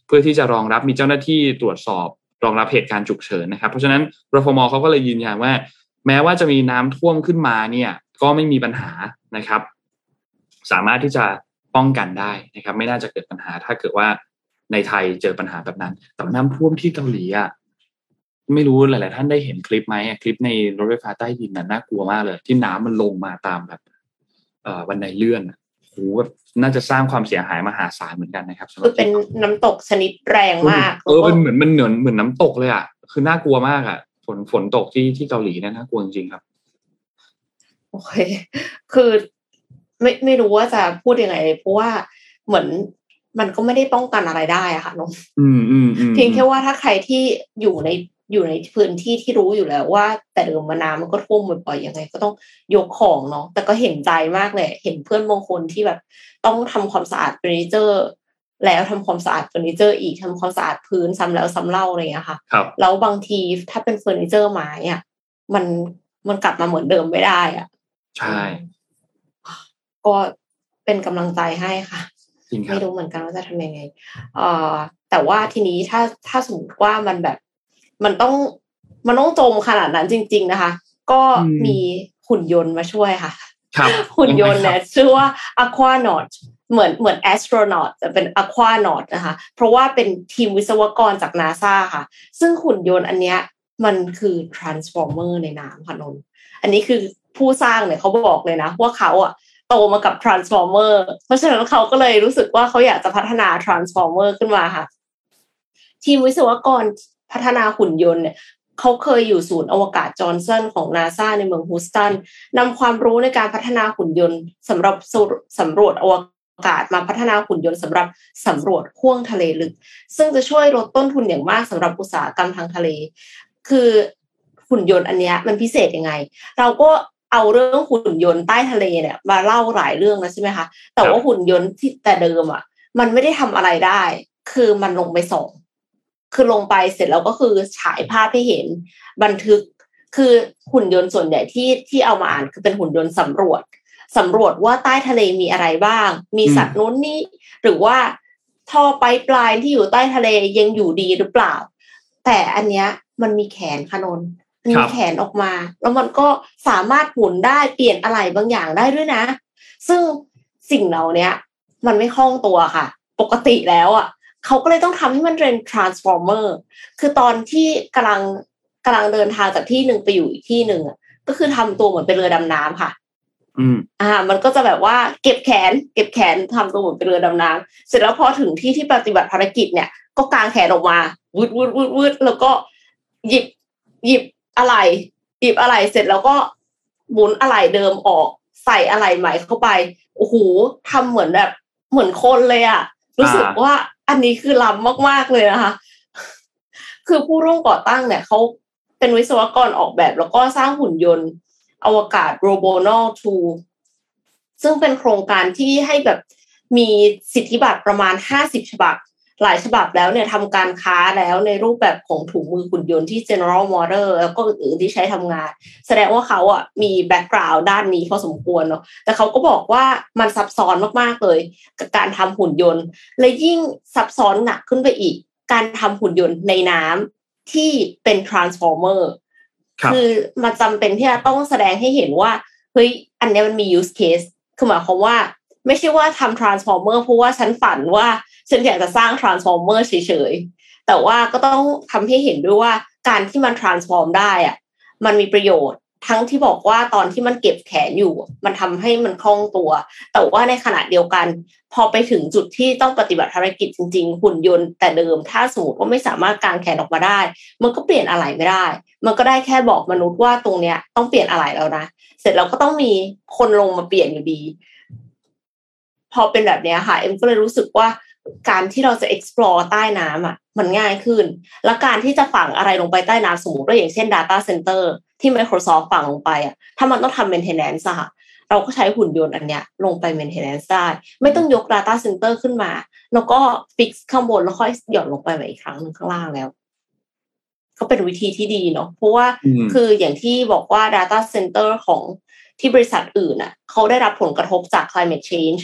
เพื่อที่จะรองรับมีเจ้าหน้าที่ตรวจสอบรองรับเหตุการณ์ฉุกเฉินนะครับเพราะฉะนั้นรฟม.เขาก็เลยยืนยันว่าแม้ว่าจะมีน้ำท่วมขึ้นมาเนี่ยก็ไม่มีปัญหานะครับสามารถที่จะป้องกันได้นะครับไม่น่าจะเกิดปัญหาถ้าเกิดว่าในไทยเจอปัญหาแบบนั้นแต่น้ำท่วมที่เกาหลีอ่ะไม่รู้หลายๆท่านได้เห็นคลิปไหมคลิปในรถไฟฟ้าใต้ดินน่ะน่ากลัวมากเลยที่น้ำมันลงมาตามแบบเอ่อบันไดเลื่อนโหแบบน่าจะสร้างความเสียหายมหาศาลเหมือนกันนะครับคือเป็นน้ำตกชนิดแรงมากเออเป็นเหมือนมันเหมือนเหมือนน้ำตกเลยอ่ะคือน่ากลัวมากอ่ะฝนฝนตกที่ที่เกาหลีเนี่ยน่ากลัวจริงๆครับโอเคคือไม่ไม่รู้ว่าจะพูดยังไงเพราะว่าเหมือนมันก็ไม่ได้ป้องกันอะไรได้อะค่ะน้องอืมอืมอืมเพียงแค่ว่าถ้าใครที่อยู่ในอยู่ในพื้นที่ที่รู้อยู่แล้วว่าแต่เดิมมาน้ำมันก็ท่วมบ่อยๆยังไงก็ต้องยกของเนาะแต่ก็เห็นใจมากเลยเห็นเพื่อนบางคนที่แบบต้องทำความสะอาดเฟอร์นิเจอร์แล้วทำความสะอาดเฟอร์นิเจอร์อีกทำความสะอาดพื้นซ้ำแล้วซ้ำเล่าอะไรอย่างเงี้ยค่ะแล้วบางทีถ้าเป็นเฟอร์นิเจอร์ไม้อะมันมันกลับมาเหมือนเดิมไม่ได้อ่ะใช่ก็เป็นกำลังใจให้ค่ะไม่รู้เหมือนกันว่าจะทำยังไงเอ่อแต่ว่าทีนี้ถ้าถ้าสมมติว่ามันแบบมันต้องมันต้องจมขนาดนั้นจริงๆนะคะก็มีหุ่นยนต์มาช่วยค่ะหุ่นยนต์เนี่ยชื่อว่า Aquanaut เหมือนเหมือน Astronaut แต่เป็น Aquanaut นะคะเพราะว่าเป็นทีมวิศวกรจาก NASA ค่ะซึ่งหุ่นยนต์อันเนี้ยมันคือ Transformer ในน้ำค่ะนนท์อันนี้คือผู้สร้างเนี่ยเขาบอกเลยนะว่าเขาอ่ะโตมากับ Transformer เพราะฉะนั้นเขาก็เลยรู้สึกว่าเขาอยากจะพัฒนา Transformer ขึ้นมาค่ะทีมวิศวกรพัฒนาหุ่นยนต์เนี่ยเขาเคยอยู่ศูนย์อวกาศจอห์นสันของ NASA ในเมืองฮูสตันนำความรู้ในการพัฒนาหุ่นยนต์สำหรับสำรวจอวกาศมาพัฒนาหุ่นยนต์สำหรับสำรวจห้วงทะเลลึกซึ่งจะช่วยลดต้นทุนอย่างมากสำหรับอุตสาหกรรมทางทะเลคือหุ่นยนต์อันเนี้ยมันพิเศษยังไงเราก็เอาเรื่องหุ่นยนต์ใต้ทะเลเนี่ยมาเล่าหลายเรื่องแล้วใช่ไหมคะแต่ว่าหุ่นยนต์ที่แต่เดิมอ่ะมันไม่ได้ทำอะไรได้คือมันลงไปส่องคือลงไปเสร็จแล้วก็คือฉายภาพให้เห็นบันทึกคือหุ่นยนต์ส่วนใหญ่ที่ที่เอามาอ่านคือเป็นหุ่นยนต์สำรวจสำรวจว่าใต้ทะเลมีอะไรบ้างมีสัตว์นู้นนี่หรือว่าท่อไพป์ไลน์ที่อยู่ใต้ทะเลยังอยู่ดีหรือเปล่าแต่อันเนี้ยมันมีแขนค่ะนนท์มีแขนออกมาแล้วมันก็สามารถหมุนได้เปลี่ยนอะไรบางอย่างได้ด้วยนะซึ่งสิ่งเหล่านี้มันไม่คล่องตัวค่ะปกติแล้วอ่ะเขาก็เลยต้องทำให้มันเป็น transformer คือตอนที่กำลังกำลังเดินทางจากที่หนึ่งไปอยู่อีกที่หนึ่งอ่ะก็คือทำตัวเหมือนเป็นเรือดำน้ำค่ะอืมอ่ามันก็จะแบบว่าเก็บแขนเก็บแขนทำตัวเหมือนเป็นเรือดำน้ำเสร็จแล้วพอถึงที่ที่ปฏิบัติภารกิจเนี่ยก็กางแขนออกมาวืดวืดวืดวืดแล้วก็หยิบหยิบอะไรหยิบอะไรเสร็จแล้วก็หมุนอะไรเดิมออกใส่อะไรใหม่เข้าไปโอ้โหทำเหมือนแบบเหมือนคนเลยอะรู้สึกว่าอันนี้คือล้ำมากๆเลยนะคะคือผู้ร่วมก่อตั้งเนี่ยเขาเป็นวิศวกรออกแบบแล้วก็สร้างหุ่นยนต์อวกาศ Robonaut ทู ซึ่งเป็นโครงการที่ให้แบบมีสิทธิบัตรประมาณห้าสิบฉบับหลายฉบับแล้วเนี่ยทำการค้าแล้วในรูปแบบของถุงมือหุ่นยนต์ที่ General Motors แล้วก็อื่นๆที่ใช้ทำงานแสดงว่าเขาอ่ะมีแบ็คกราวด์ด้านนี้พอสมควรเนาะแต่เขาก็บอกว่ามันซับซ้อนมากๆเลยกับการทำหุ่นยนต์และยิ่งซับซ้อนหนักขึ้นไปอีกการทำหุ่นยนต์ในน้ำที่เป็น Transformer คือมันจำเป็นที่จะต้องแสดงให้เห็นว่าเฮ้ยอันนี้มันมี use case คือหมายความว่าไม่ใช่ว่าทำ Transformer เพราะว่าฉันฝันว่าฉันอยากจะสร้าง Transformer เฉยๆแต่ว่าก็ต้องทำให้เห็นด้วยว่าการที่มัน transform ได้อะมันมีประโยชน์ทั้งที่บอกว่าตอนที่มันเก็บแขนอยู่มันทำให้มันคล่องตัวแต่ว่าในขณะเดียวกันพอไปถึงจุดที่ต้องปฏิบัติภารกิจจริงๆหุ่นยนต์แต่เดิมถ้าสมมติว่าไม่สามารถกางแขนออกมาได้มันก็เปลี่ยนอะไรไม่ได้มันก็ได้แค่บอกมนุษย์ว่าตรงเนี้ยต้องเปลี่ยนอะไรแล้วนะเสร็จแล้วก็ต้องมีคนลงมาเปลี่ยนอยู่ดีพอเป็นแบบนี้ค่ะเอ็มก็เลยรู้สึกว่าการที่เราจะ explore ใต้น้ำอ่ะมันง่ายขึ้นและการที่จะฝังอะไรลงไปใต้น้ำสมมติว่าอย่างเช่น data center ที่ Microsoft ฝังลงไปอ่ะถ้ามันต้องทำ maintenance อ่ะเราก็ใช้หุ่นยนต์อันเนี้ยลงไป maintenance ได้ไม่ต้องยก data center ขึ้นมาแล้วก็ fix ข้างบนแล้วค่อยหย่อนลงไปใหม่อีกครั้งนึงข้างล่างแล้วก็เป็นวิธีที่ดีเนาะเพราะว่าคืออย่างที่บอกว่า data center ของที่บริษัทอื่นอ่ะเขาได้รับผลกระทบจาก climate change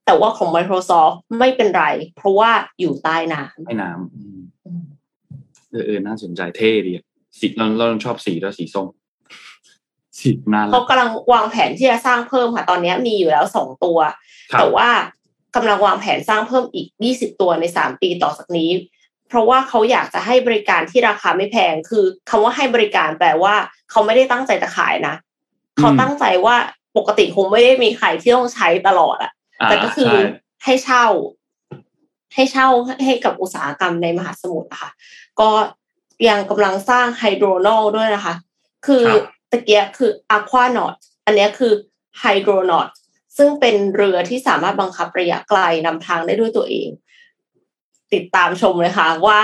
แต่ว่าของ Microsoft ไม่เป็นไรเพราะว่าอยู่ใต้น้ำใต้น้ำเออเออน่าสนใจเท่ดีสีเราเราชอบสีแล้วสีส้มสีน่ารักเขากำลังวางแผนที่จะสร้างเพิ่มค่ะตอนนี้มีอยู่แล้วสองตัวแต่ว่ากำลังวางแผนสร้างเพิ่มอีกยี่สิบตัวในสามปีต่อจากนี้เพราะว่าเขาอยากจะให้บริการที่ราคาไม่แพงคือคำว่าให้บริการแปลว่าเขาไม่ได้ตั้งใจจะขายนะเขาตั้งใจว่าปกติคงไม่ได้มีใครที่ต้องใช้ตลอดอ่ะแต่ก็คือให้เช่าให้เช่าให้กับอุตสาหกรรมในมหาสมุทรค่ะก็ยังกำลังสร้างไฮโดรนอลด้วยนะคะคือตะเกียคือ Aquanaut อันนี้คือ Hydronaut ซึ่งเป็นเรือที่สามารถบังคับระยะไกลนำทางได้ด้วยตัวเองติดตามชมเลยค่ะว่า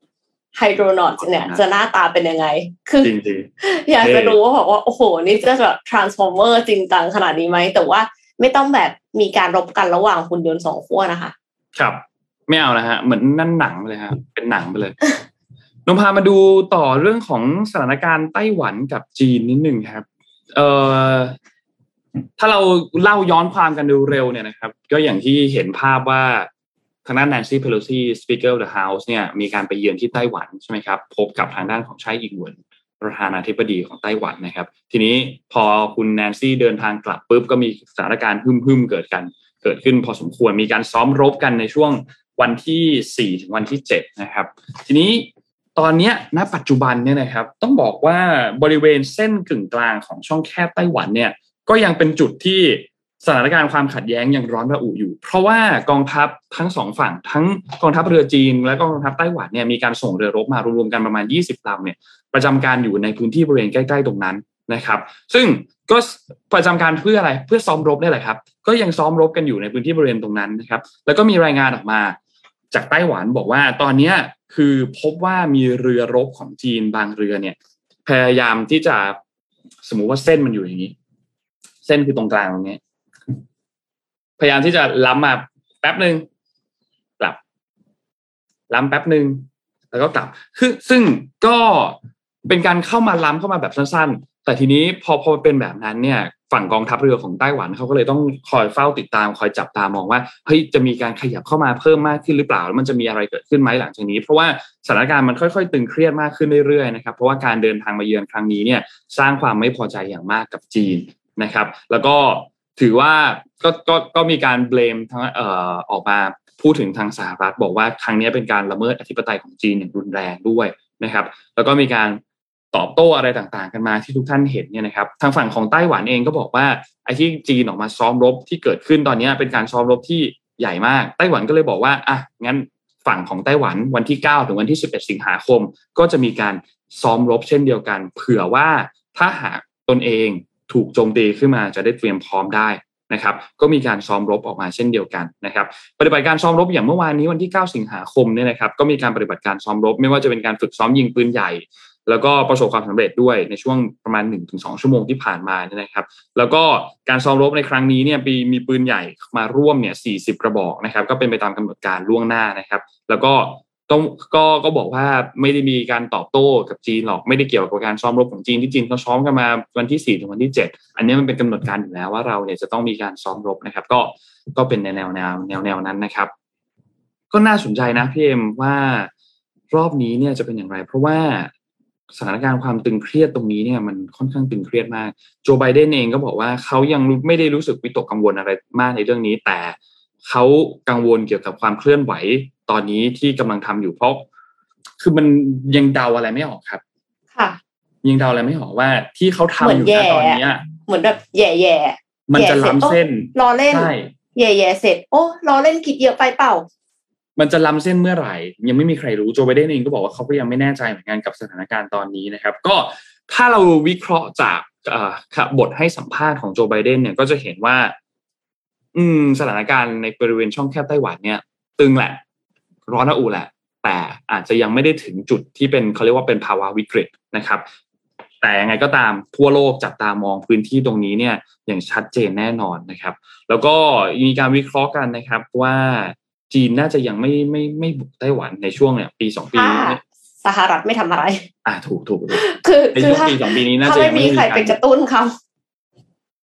Hydronaut เนี่ยจะหน้าตาเป็นยังไงคืออยากจะรู้ว่าบอกว่าโอ้โหนี่จะแบบ Transformer จริงจังขนาดนี้ไหมแต่ว่าไม่ต้องแบบมีการรบกันระหว่างหุ่นยนต์สองขั้วนะคะครับไม่เอานะฮะเหมือนนั่นหนังเลยฮะเป็นหนังไปเลยนมพามาดูต่อเรื่องของสถานการณ์ไต้หวันกับจีนนิดนึงครับเอ่อถ้าเราเล่าย้อนความกันดูเร็วเนี่ยนะครับก็อย่างที่เห็นภาพว่าทางด้าน Nancy Pelosi Speaker of the House เนี่ยมีการไปเยือนที่ไต้หวันใช่ไหมครับพบกับทางด้านของไช่อิงเหวินประธานาธิบดีของไต้หวันนะครับทีนี้พอคุณแนนซี่เดินทางกลับปุ๊บก็มีสถานการณ์หึ่มๆเกิดกันเกิดขึ้นพอสมควรมีการซ้อมรบกันในช่วงวันที่สี่ถึงวันที่เจ็ดนะครับทีนี้ตอนนี้ณปัจจุบันเนี่ยนะครับต้องบอกว่าบริเวณเส้นกึ่งกลางของช่องแคบไต้หวันเนี่ยก็ยังเป็นจุดที่สถานการณ์ความขัดแย้งยังร้อนระอุอยู่เพราะว่ากองทัพทั้งสองฝั่งทั้งกองทัพเรือจีนและกองทัพไต้หวันเนี่ยมีการส่งเรือรบมารวมๆกันประมาณยี่สิบลำเนี่ยประจำการอยู่ในพื้นที่บริเวณใกล้ๆตรงนั้นนะครับซึ่งก็ประจำการเพื่ออะไรเพื่อซ้อมรบนี่แหละครับก็ยังซ้อมรบกันอยู่ในพื้นที่บริเวณตรงนั้นนะครับแล้วก็มีรายงานออกมาจากไต้หวันบอกว่าตอนนี้คือพบว่ามีเรือรบของจีนบางเรือเนี่ยพยายามที่จะสมมุติว่าเส้นมันอยู่อย่างนี้เส้นคือตรงกลางตรงนี้พยายามที่จะล้ำมาแป๊บนึงกลับล้ำแป๊บนึงแล้วก็กลับคือซึ่งก็เป็นการเข้ามาล้ำเข้ามาแบบสั้นๆแต่ทีนี้พอพอเป็นแบบนั้นเนี่ยฝั่งกองทัพเรือของไต้หวันเขาก็เลยต้องคอยเฝ้าติดตามคอยจับตามองว่าเฮ้ยจะมีการขยับเข้ามาเพิ่มมากขึ้นหรือเปล่าแล้วมันจะมีอะไรเกิดขึ้นไหมหลังจากนี้เพราะว่าสถานการณ์มันค่อยๆตึงเครียดมากขึ้นเรื่อยๆนะครับเพราะว่าการเดินทางมาเยือนครั้งนี้เนี่ยสร้างความไม่พอใจอย่างมากกับจีนนะครับแล้วก็ถือว่าก็ก็ก็มีการเบลมทั้งเอ่อออกมาพูดถึงทางสหรัฐบอกว่าครั้งนี้เป็นการละเมิดอธิปไตยของจีนอย่างรุนแรงด้วยนะครับแล้วก็มีการตอบโต้อะไรต่างๆกันมาที่ทุกท่านเห็นเนี่ยนะครับทางฝั่งของไต้หวันเองก็บอกว่าไอ้ที่จีนออกมาซ้อมรบที่เกิดขึ้นตอนนี้เป็นการซ้อมรบที่ใหญ่มากไต้หวันก็เลยบอกว่าอ่ะงั้นฝั่งของไต้หวันวันที่เก้าถึงวันที่สิบเอ็ดสิงหาคมก็จะมีการซ้อมรบเช่นเดียวกันเผื่อว่าถ้าหากตนเองถูกโจมตีขึ้นมาจะได้เตรียมพร้อมได้นะครับก็มีการซ้อมรบออกมาเช่นเดียวกันนะครับปฏิบัติการซ้อมรบอย่างเมื่อวานนี้วันที่เก้าสิงหาคมเนี่ยนะครับก็มีการปฏิบัติการซ้อมรบไม่ว่าจะเป็นการฝึกซ้อมยิงปืนใหญ่แล้วก็ประสบความสำเร็จด้วยในช่วงประมาณ หนึ่งถึงสอง ชั่วโมงที่ผ่านมาเนี่ยนะครับแล้วก็การซ้อมรบในครั้งนี้เนี่ยมีมีปืนใหญ่มาร่วมเนี่ยสี่สิบกระบอกนะครับก็เป็นไปตามกำหนดการล่วงหน้านะครับแล้วก็ต้องก็ก็บอกว่าไม่ได้มีการตอบโต้กับจีนหรอกไม่ได้เกี่ยวกับการซ้อมรบของจีนที่จีนเขาซ้อมกันมาวันที่สี่ถึงวันที่เจ็ดอันนี้มันเป็นกำหนดการอยู่แล้วว่าเราเนี่ยจะต้องมีการซ้อมรบนะครับก็ก็เป็นในแนวแนวแนวแนวนั้นนะครับก็น่าสนใจนะพี่เอ็มว่ารอบนี้เนี่ยจะเป็นอย่างไรเพราะว่าสถานการณ์ความตึงเครียดตรงนี้เนี่ยมันค่อนข้างตึงเครียดมากโจไบเดนเองก็บอกว่าเขายังไม่ได้รู้สึกวิตกกังวลอะไรมากในเรื่องนี้แต่เขากังวลเกี่ยวกับความเคลื่อนไหวตอนนี้ที่กำลังทำอยู่เพราะคือมันยังเดาอะไรไม่ออกครับค่ะยังเดาอะไรไม่ออกว่าที่เขาทำอยู่ณตอนนี้เหมือนแบบแย่ๆมันจะล้ำเส้นรอเล่นแย่ๆเสร็จโอ้รอเล่นคิดเยอะไปเปล่ามันจะล้ำเส้นเมื่อไหร่ยังไม่มีใครรู้โจไบเดนเองก็บอกว่าเขาก็ยังไม่แน่ใจเหมือนกันกับสถานการณ์ตอนนี้นะครับก็ถ้าเราวิเคราะห์จากบทให้สัมภาษณ์ของโจไบเดนเนี่ยก็จะเห็นว่าอืมสถานการณ์ในบริเวณช่องแคบไต้หวันเนี่ยตึงแหละร้อนระอุแหละแต่อาจจะยังไม่ได้ถึงจุดที่เป็นเขาเรียกว่าเป็นภาวะวิกฤตนะครับแต่ยังไงก็ตามทั่วโลกจับตามองพื้นที่ตรงนี้เนี่ยอย่างชัดเจนแน่นอนนะครับแล้วก็มีการวิเคราะห์กันนะครับว่าจีนน่าจะยังไม่ไม่ไม่บุกไต้หวันในช่วงเนี่ยปีสองปีสหรัฐไม่ทำอะไรอ่าถูกถูกคือในช่วงปีสองปีนี้น่าจะไม่มีใครไปกระตุ้นเขา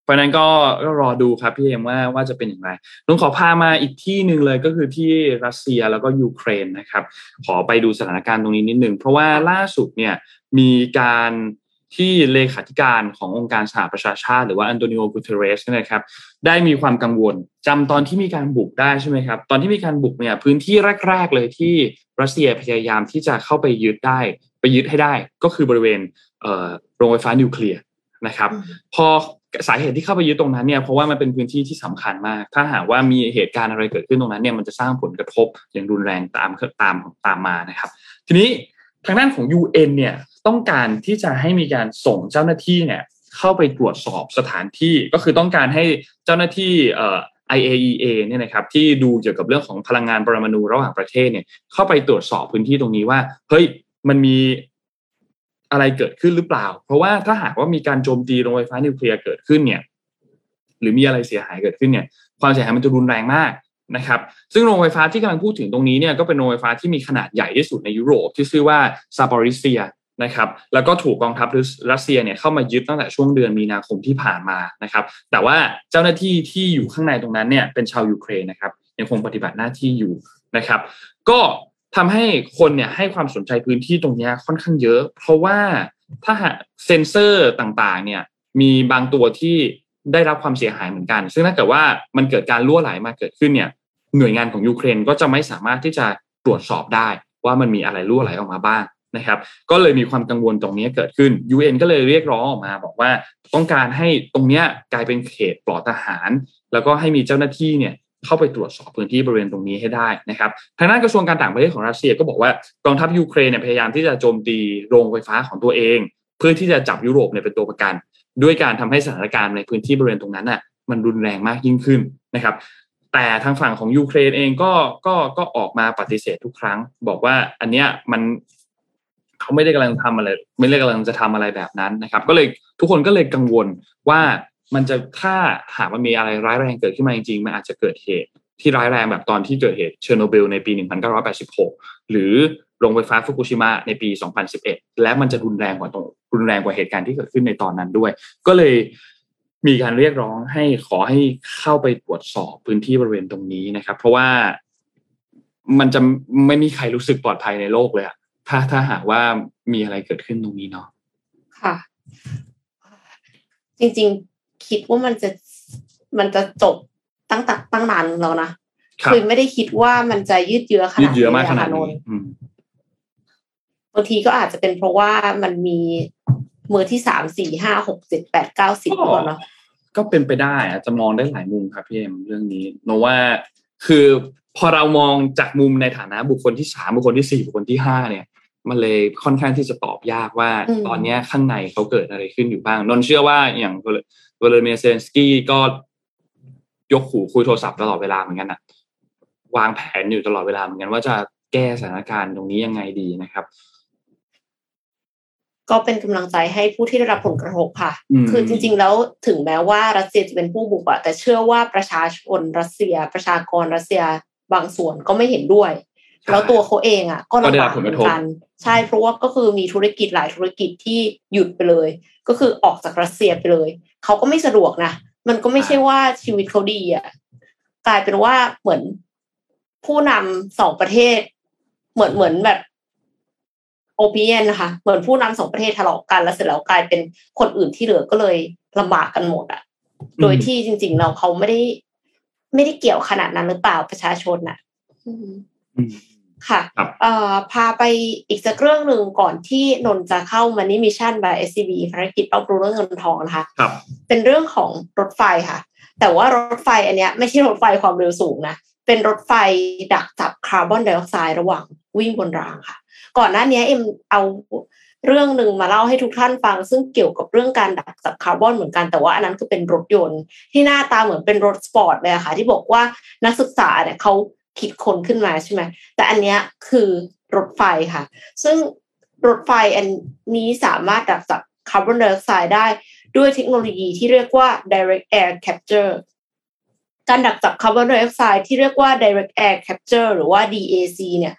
เพราะนั้นก็ก็รอดูครับพี่เอ็มว่าว่าจะเป็นอย่างไรลุงขอพามาอีกที่นึงเลยก็คือที่รัสเซียแล้วก็ยูเครนนะครับขอไปดูสถานการณ์ตรงนี้นิดนึงเพราะว่าล่าสุดเนี่ยมีการที่เลขาธิการขององค์การสหประชาชาติหรือว่าอันโตนิโอ กูเตเรสนะครับได้มีความกังวลจำตอนที่มีการบุกได้ใช่ไหมครับตอนที่มีการบุกเนี่ยพื้นที่แรกๆเลยที่รัสเซียพยายามที่จะเข้าไปยึดได้ไปยึดให้ได้ก็คือบริเวณเอ่อโรงไฟฟ้านิวเคลียร์นะครับพอสาเหตุที่เข้าไปยึดตรงนั้นเนี่ยเพราะว่ามันเป็นพื้นที่ที่สำคัญมากถ้าหากว่ามีเหตุการณ์อะไรเกิดขึ้นตรงนั้นเนี่ยมันจะสร้างผลกระทบอย่างรุนแรงตามตามตามมานะครับทีนี้ทางด้านของ ยู เอ็น เนี่ยต้องการที่จะให้มีการส่งเจ้าหน้าที่เนี่ยเข้าไปตรวจสอบสถานที่ก็คือต้องการให้เจ้าหน้าที่เอ่อ ไอ เอ อี เอ เนี่ยนะครับที่ดูเกี่ยวกับเรื่องของพลังงานปรมาณูระหว่างประเทศเนี่ยเข้าไปตรวจสอบพื้นที่ตรงนี้ว่าเฮ้ยมันมีอะไรเกิดขึ้นหรือเปล่าเพราะว่าถ้าหากว่ามีการโจมตีโรงไฟฟ้านิวเคลียร์เกิดขึ้นเนี่ยหรือมีอะไรเสียหายเกิดขึ้นเนี่ยความเสียหายมันจะรุนแรงมากนะครับซึ่งโรงไฟฟ้าที่กำลังพูดถึงตรงนี้เนี่ยก็เป็นโรงไฟฟ้าที่มีขนาดใหญ่ที่สุดในยุโรปที่ชื่อว่าซาปอริเซียนะครับแล้วก็ถูกกองทัพรัสเซียเนี่ยเข้ามายึดตั้งแต่ช่วงเดือนมีนาคมที่ผ่านมานะครับแต่ว่าเจ้าหน้าที่ที่อยู่ข้างในตรงนั้นเนี่ยเป็นชาวยูเครนนะครับยังคงปฏิบัติหน้าที่อยู่นะครับก็ทำให้คนเนี่ยให้ความสนใจพื้นที่ตรงนี้ค่อนข้างเยอะเพราะว่าถ้าหากเซ็นเซอร์ต่างๆเนี่ยมีบางตัวที่ได้รับความเสียหายเหมือนกันซึ่งถ้าเกิดว่ามันเกิดการรั่วไหลมาเกิดขึ้นเนี่ยหน่วยงานของยูเครนก็จะไม่สามารถที่จะตรวจสอบได้ว่ามันมีอะไรรั่วไหลออกมาบ้างนะครับก็เลยมีความกังวลตรงนี้เกิดขึ้น ยู เอ็น ก็เลยเรียกร้องออกมาบอกว่าต้องการให้ตรงนี้กลายเป็นเขตปลอดทหารแล้วก็ให้มีเจ้าหน้าที่เนี่ยเข้าไปตรวจสอบพื้นที่บริเวณตรงนี้ให้ได้นะครับทางด้านกระทรวงการต่างประเทศของรัสเซียก็บอกว่ากองทัพยูเครนเนี่ยพยายามที่จะโจมตีโรงไฟฟ้าของตัวเองเพื่อที่จะจับยุโรปเนี่ยเป็นตัวประกันด้วยการทำให้สถานการณ์ในพื้นที่บริเวณตรงนั้นน่ะมันรุนแรงมากยิ่งขึ้นนะครับแต่ทางฝั่งของยูเครนเองก็ก็ก็ออกมาปฏิเสธทุกครั้งบอกว่าอันเนี้ยมันเขาไม่ได้กำลังทำอะไรไม่ได้กำลังจะทำอะไรแบบนั้นนะครับก็เลยทุกคนก็เลยกังวลว่ามันจะถ้าหากมันมีอะไรร้ายแรงเกิดขึ้นมาจริงๆมันอาจจะเกิดเหตุที่ร้ายแรงแบบตอนที่เกิดเหตุเชอร์โนบิลในปีหนึ่งพันเก้าร้อยแปดสิบหกหรือโรงไฟฟ้าฟุกุชิมะในปีสองพันสิบเอ็ดและมันจะรุนแรงกว่าตรงรุนแรงกว่าเหตุการณ์ที่เกิดขึ้นในตอนนั้นด้วยก็เลยมีการเรียกร้องให้ขอให้เข้าไปตรวจสอบพื้นที่บริเวณตรงนี้นะครับเพราะว่ามันจะไม่มีใครรู้สึกปลอดภัยในโลกเลยอะถ้าถ้าหากว่ามีอะไรเกิดขึ้นตรงนี้เนาะค่ะจริงๆคิดว่ามันจะมันจะจบตั้งแต่ตั้งนานแล้วนะคือไม่ได้คิดว่ามันจะยืดเยื้อขนาดนี้ยืดเยื้อมากขนาดนี้บางทีก็อาจจะเป็นเพราะว่ามันมีมือที่สามสี่ห้าหกเจ็ดแปดเก้าสิบตัวเนาะก็เป็นไปได้อาจจะมองได้หลายมุมครับพี่เอ็มเรื่องนี้โนว่าคือพอเรามองจากมุมในฐานะบุคคลที่สามบุคคลที่สี่บุคคลที่ห้าเนี่ยมันเลยค่อนข้างที่จะตอบยากว่าตอนนี้ข้างในเขาเกิดอะไรขึ้นอยู่บ้างนนเชื่อว่าอย่างวลาดิเมียร์ เซเลนสกี้ก็ยกหูคุยโทรศัพท์ตลอดเวลาเหมือนกันนะวางแผนอยู่ตลอดเวลาเหมือนกันว่าจะแก้สถานการณ์ตรงนี้ยังไงดีนะครับก็เป็นกำลังใจให้ผู้ที่ได้รับผลกระทบค่ะคือจริงๆแล้วถึงแม้ว่ารัสเซียจะเป็นผู้บุกอะแต่เชื่อว่าประชาชนรัสเซียประชากรรัสเซียบางส่วนก็ไม่เห็นด้วยแล้วตัวเขาเองอ่ะก็ลำบากเหมือนกันใช่เพราะว่าก็คือมีธุรกิจหลายธุรกิจที่หยุดไปเลยก็คือออกจากรัสเซียไปเลยเขาก็ไม่สะดวกนะมันก็ไม่ใช่ว่าชีวิตเขาดีอ่ะกลายเป็นว่าเหมือนผู้นำสองประเทศเหมือนเหมือนแบบโอเปียนนะคะเหมือนผู้นำสองประเทศทะเลาะกันแล้วเสร็จแล้วกลายเป็นคนอื่นที่เหลือก็เลยลำบากกันหมดอ่ะโดยที่จริงๆเราเขาไม่ได้ไม่ได้เกี่ยวขนาดนั้นหรือเปล่าประชาชนอ่ะค่ะเอ่อพาไปอีกสักเรื่องหนึ่งก่อนที่นนจะเข้ามานี่มิชชั่น by เอส ซี บี ภารกิจรอบรู้เรื่องเงินทองนะคะเป็นเรื่องของรถไฟค่ะแต่ว่ารถไฟอันเนี้ยไม่ใช่รถไฟความเร็วสูงนะเป็นรถไฟดักจับคาร์บอนไดออกไซด์ระหว่างวิ่งบนรางค่ะก่อนหน้านี้เอ็มเอาเรื่องนึงมาเล่าให้ทุกท่านฟังซึ่งเกี่ยวกับเรื่องการดักจับคาร์บอนเหมือนกันแต่ว่าอันนั้นคือเป็นรถยนต์ที่หน้าตาเหมือนเป็นรถสปอร์ตเลยค่ะที่บอกว่านักศึกษาเนี่ยเขาคิดค้นขึ้นมาใช่ไหมแต่อันเนี้ยคือรถไฟค่ะซึ่งรถไฟอันนี้สามารถดักจับคาร์บอนไดออกไซด์ได้ด้วยเทคโนโลยีที่เรียกว่า direct air capture การดักจับคาร์บอนไดออกไซด์ที่เรียกว่า direct air capture หรือว่า ดี เอ ซี เนี่ย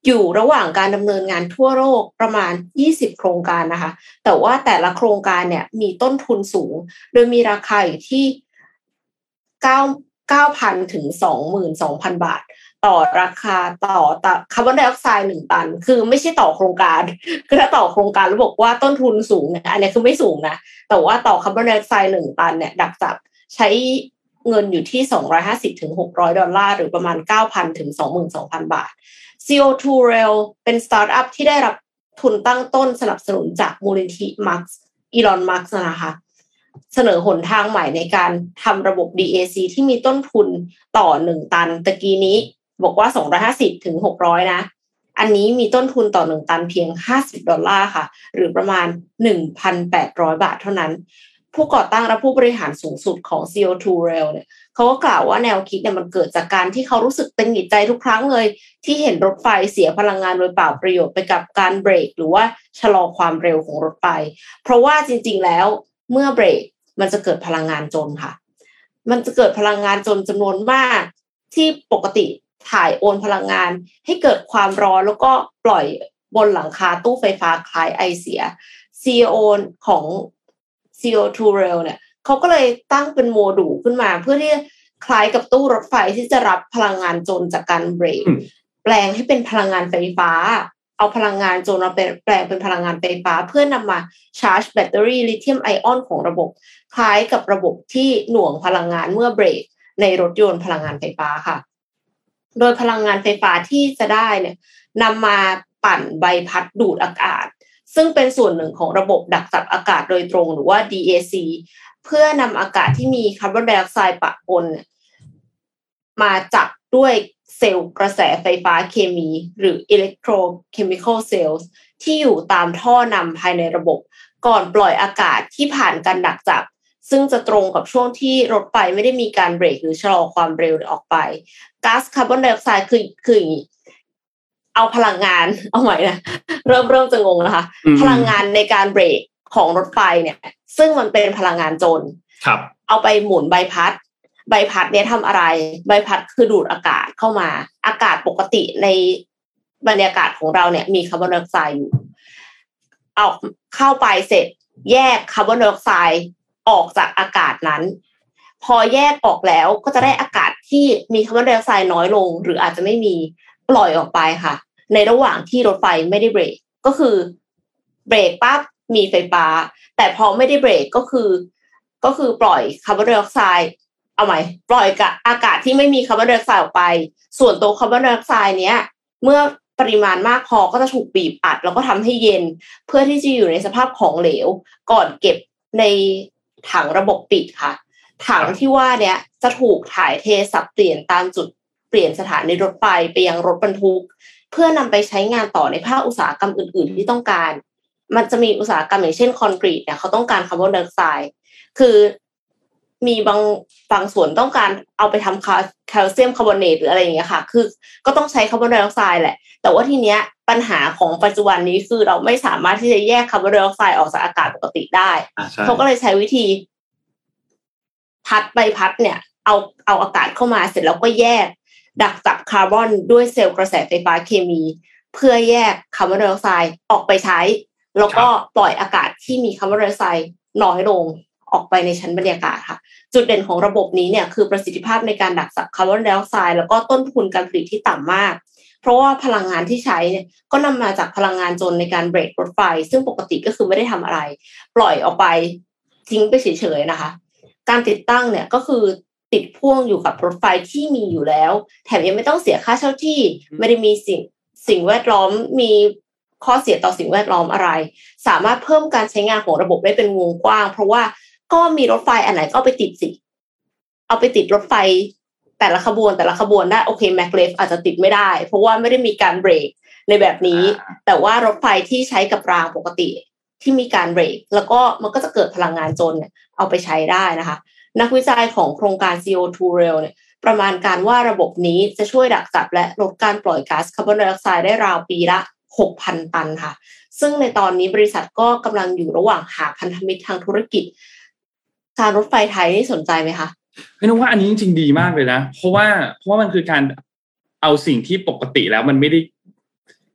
อยู่ระหว่างการดำเนินงานทั่วโลกประมาณยี่สิบโครงการนะคะแต่ว่าแต่ละโครงการเนี่ยมีต้นทุนสูงโดยมีราคาอยู่ที่เก้า เก้าพัน ถึง สองหมื่นสองพัน บาทต่อราคาต่อคาร์บอนไดออกไซด์หนึ่งตันคือไม่ใช่ต่อโครงการคือถ้าต่อโครงการแล้วบอกว่าต้นทุนสูงเนี่ยอันนี้คือไม่สูงนะแต่ว่าต่อคาร์บอนไดออกไซด์หนึ่งตันเนี่ยดักจับใช้เงินอยู่ที่สองร้อยห้าสิบถึงหกร้อยดอลลาร์หรือประมาณ เก้าพัน ถึง สองหมื่นสองพัน บาท ซี โอ ทู Rail เป็นสตาร์ทอัพที่ได้รับทุนตั้งต้นสนับสนุนจากมูลนิธิมาร์คอีลอนมาร์กนะคะเสนอหนทางใหม่ในการทำระบบ ดี เอ ซี ที่มีต้นทุนต่อหนึ่งตันตะกี้นี้บอกว่าสองร้อยห้าสิบถึงหกร้อยนะอันนี้มีต้นทุนต่อหนึ่งตันเพียงห้าสิบดอลลาร์ค่ะหรือประมาณ หนึ่งพันแปดร้อย บาทเท่านั้นผู้ก่อตั้งและผู้บริหารสูงสุดของ ซี โอ ทู Rail เนี่ยเขาก็กล่าวว่าแนวคิดเนี่ยมันเกิดจากการที่เขารู้สึกตึงหงิดใจทุกครั้งเลยที่เห็นรถไฟเสียพลังงานโดยเปล่าประโยชน์ไปกับการเบรกหรือว่าชะลอความเร็วของรถไฟเพราะว่าจริงๆแล้วเมื่อเบรกมันจะเกิดพลังงานจนค่ะมันจะเกิดพลังงานจนจำนวนมากที่ปกติถ่ายโอนพลังงานให้เกิดความร้อนแล้วก็ปล่อยบนหลังคาตู้ไฟฟ้าคล้ายไอเสีย ซี อี โอ ของ ซี โอ ทู Rail เนี่ยเขาก็เลยตั้งเป็นโมดูลขึ้นมาเพื่อที่คล้ายกับตู้รถไฟที่จะรับพลังงานจนจากการเบรกแปลงให้เป็นพลังงานไฟฟ้าเอาพลังงานจนมาแปลงเป็นพลังงานไฟฟ้าเพื่อนำมาชาร์จแบตเตอรี่ลิเธียมไอออนของระบบคล้ายกับระบบที่หน่วงพลังงานเมื่อเบรกในรถยนต์พลังงานไฟฟ้าค่ะโดยพลังงานไฟฟ้าที่จะได้เนี่ยนำมาปั่นใบพัดดูดอากาศซึ่งเป็นส่วนหนึ่งของระบบดักจับอากาศโดยตรงหรือว่า ดี เอ ซี เพื่อนำอากาศที่มีคาร์บอนไดออกไซด์ปะปนมาจับด้วยเซลล์กระแสไฟฟ้าเคมีหรือ electrochemical cells ที่อยู่ตามท่อนำภายในระบบก่อนปล่อยอากาศที่ผ่านการดักจับซึ่งจะตรงกับช่วงที่รถไฟไม่ได้มีการเบรกหรือชะลอความเร็วออกไปก๊าซคาร์บอนไดออกไซด์คือคืออย่างนี้เอาพลังงานเอาใหม่นะเริ่มเริ่มจะงงแล้วค่ะพลังงานในการเบรกของรถไฟเนี่ยซึ่งมันเป็นพลังงานจนครับเอาไปหมุนใบพัดใบพัดเนี่ยทำอะไรใบพัดคือดูดอากาศเข้ามาอากาศปกติในบรรยากาศของเราเนี่ยมีคาร์บอนไดออกไซด์อยู่เอาเข้าไปเสร็จแยกคาร์บอนไดออกไซด์ออกจากอากาศนั้นพอแยกออกแล้วก็จะได้อากาศที่มีคาร์บอนไดออกไซด์น้อยลงหรืออาจจะไม่มีปล่อยออกไปค่ะในระหว่างที่รถไฟไม่ได้เบรกก็คือเบรกปั๊บมีไฟฟ้าแต่พอไม่ได้เบรกก็คือก็คือปล่อยคาร์บอนไดออกไซด์เอาใหม่ปล่อยกับอากาศที่ไม่มีคาร์บอนไดออกไซด์ออกไปส่วนตัวคาร์บอนไดออกไซด์เนี้ยเมื่อปริมาณมากพอก็จะถูกบีบอัดแล้วก็ทำให้เย็นเพื่อที่จะอยู่ในสภาพของเหลวก่อนเก็บในถังระบบปิดค่ะถังที่ว่าเนี้ยจะถูกถ่ายเทสับเปลี่ยนตามจุดเปลี่ยนสถานีรถไฟไปยังรถบรรทุกเพื่อนำไปใช้งานต่อในภาคอุตสาหกรรมอื่นๆที่ต้องการมันจะมีอุตสาหกรรมอย่างเช่นคอนกรีตเนี่ยเขาต้องการคาร์บอนไดออกไซด์คือมีบางบางส่วนต้องการเอาไปทำแคลเซียมคาร์บอเนตหรืออะไรอย่างเงี้ยค่ะคือก็ต้องใช้คาร์บอนไดออกไซด์แหละแต่ว่าทีเนี้ยปัญหาของปัจจุบันนี้คือเราไม่สามารถที่จะแยกคาร์บอนไดออกไซด์ออกจากอากาศปกติได้เขาก็เลยใช้วิธีพัดใบพัดเนี่ยเอาเอาอากาศเข้ามาเสร็จแล้วก็แยกดักจับคาร์บอนด้วยเซลล์กระแสไฟฟ้าเคมีเพื่อแยกคาร์บอนไดออกไซด์ออกไปใช้แล้วก็ปล่อยอากาศที่มีคาร์บอนไดออกไซด์น้อยลงออกไปในชั้นบรรยากาศค่ะจุดเด่นของระบบนี้เนี่ยคือประสิทธิภาพในการดักจับคาร์บอนไดออกไซด์แล้วก็ต้นทุนการผลิตที่ต่ำมากเพราะว่าพลังงานที่ใช้เนี่ยก็นำมาจากพลังงานจนในการเบรกรถไฟซึ่งปกติก็คือไม่ได้ทำอะไรปล่อยออกไปทิ้งไปเฉยๆนะคะการติดตั้งเนี่ยก็คือติดพ่วงอยู่กับรถไฟที่มีอยู่แล้วแถมยังไม่ต้องเสียค่าเช่าที่ไม่ได้มีสิ่งสิ่งแวดล้อมมีข้อเสียต่อสิ่งแวดล้อมอะไรสามารถเพิ่มการใช้งานของระบบได้เป็นวงกว้างเพราะว่าก็มีรถไฟอันไหนก็เอาไปติดสิเอาไปติดรถไฟแต่ละขบวนแต่ละขบวนได้โอเคแมกเลฟอาจจะติดไม่ได้เพราะว่าไม่ได้มีการเบรกในแบบนี้แต่ว่ารถไฟที่ใช้กับรางปกติที่มีการเบรกแล้วก็มันก็จะเกิดพลังงานจนเนี่ยเอาไปใช้ได้นะคะนักวิจัยของโครงการ ซี โอ ทู Rail เนี่ยประมาณการว่าระบบนี้จะช่วยดักจับและลดการปล่อยก๊าซคาร์บอนไดออกไซด์ได้ราวปีละ หกพัน ตันค่ะซึ่งในตอนนี้บริษัทก็กำลังอยู่ระหว่างหาพันธมิตรทางธุรกิจการรถไฟไทยนี่สนใจไหมคะไม่รู้ว่าอันนี้จริงๆดีมากเลยนะเพราะว่าเพราะว่ามันคือการเอาสิ่งที่ปกติแล้วมันไม่ได้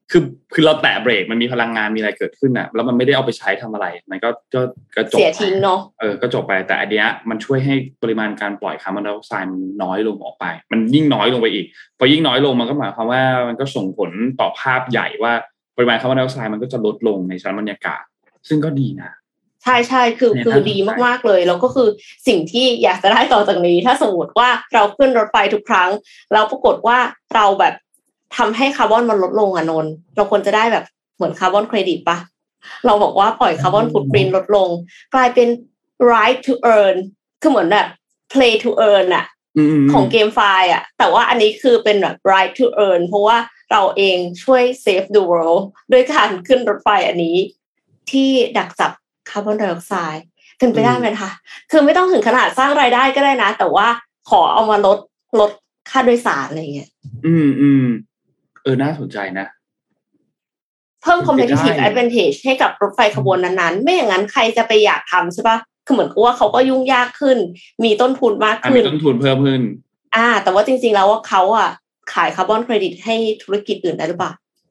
คือคือเราแตะเบรกมันมีพลังงานมีอะไรเกิดขึ้นน่ะแล้วมันไม่ได้เอาไปใช้ทำอะไรมันก็ก็ก็จบเสียทิ้งเนาะเออก็จบไปแต่อันเนี้ยมันช่วยให้ปริมาณการปล่อยคาร์บอนไดออกไซด์มันน้อยลงออกไปมันยิ่งน้อยลงไปอีกพอยิ่งน้อยลงมันก็หมายความว่ามันก็ส่งผลต่อภาพใหญ่ว่าปริมาณคาร์บอนไดออกไซด์มันก็จะลดลงในชั้นบรรยากาศซึ่งก็ดีนะใช่ใช่คือคือดีมากๆเลยแล้วก็คือสิ่งที่อยากจะได้ต่อจากนี้ถ้าสมมติว่าเราขึ้นรถไฟทุกครั้งแล้วปรากฏว่าเราแบบทำให้คาร์บอนมันลดลงอ่ะนนเราควรจะได้แบบเหมือนคาร์บอนเครดิตปะเราบอกว่าปล่อยคาร์บอนฟุตปรินท์ลดลงกลายเป็น right to earn คือเหมือนแบบ play to earn อ่ะของเกมไฟล์อ่ะแต่ว่าอันนี้คือเป็นแบบ right to earn เพราะว่าเราเองช่วย save the world ด้วยการขึ้นรถไฟอันนี้ที่ดักจับคาร์บอนไดออกไซด์เป็นไปได้ไหมคะคือไม่ต้องถึงขนาดสร้างรายได้ก็ได้นะแต่ว่าขอเอามาลดลดค่าโดยสารอะไรอย่างเงี้ยอืมอืมเออน่าสนใจนะเพิ่ม competitive advantage ให้กับรถไฟขบวนนั้นๆไม่อย่างนั้นใครจะไปอยากทำใช่ปะคือเหมือนกับว่าเขาก็ยุ่งยากขึ้นมีต้นทุนมากขึ้นมีต้นทุนเพิ่มขึ้นอ่าแต่ว่าจริงๆแล้วว่าเขาอ่ะขายคาร์บอนเครดิตให้ธุรกิจอื่นได้หรือเปล่า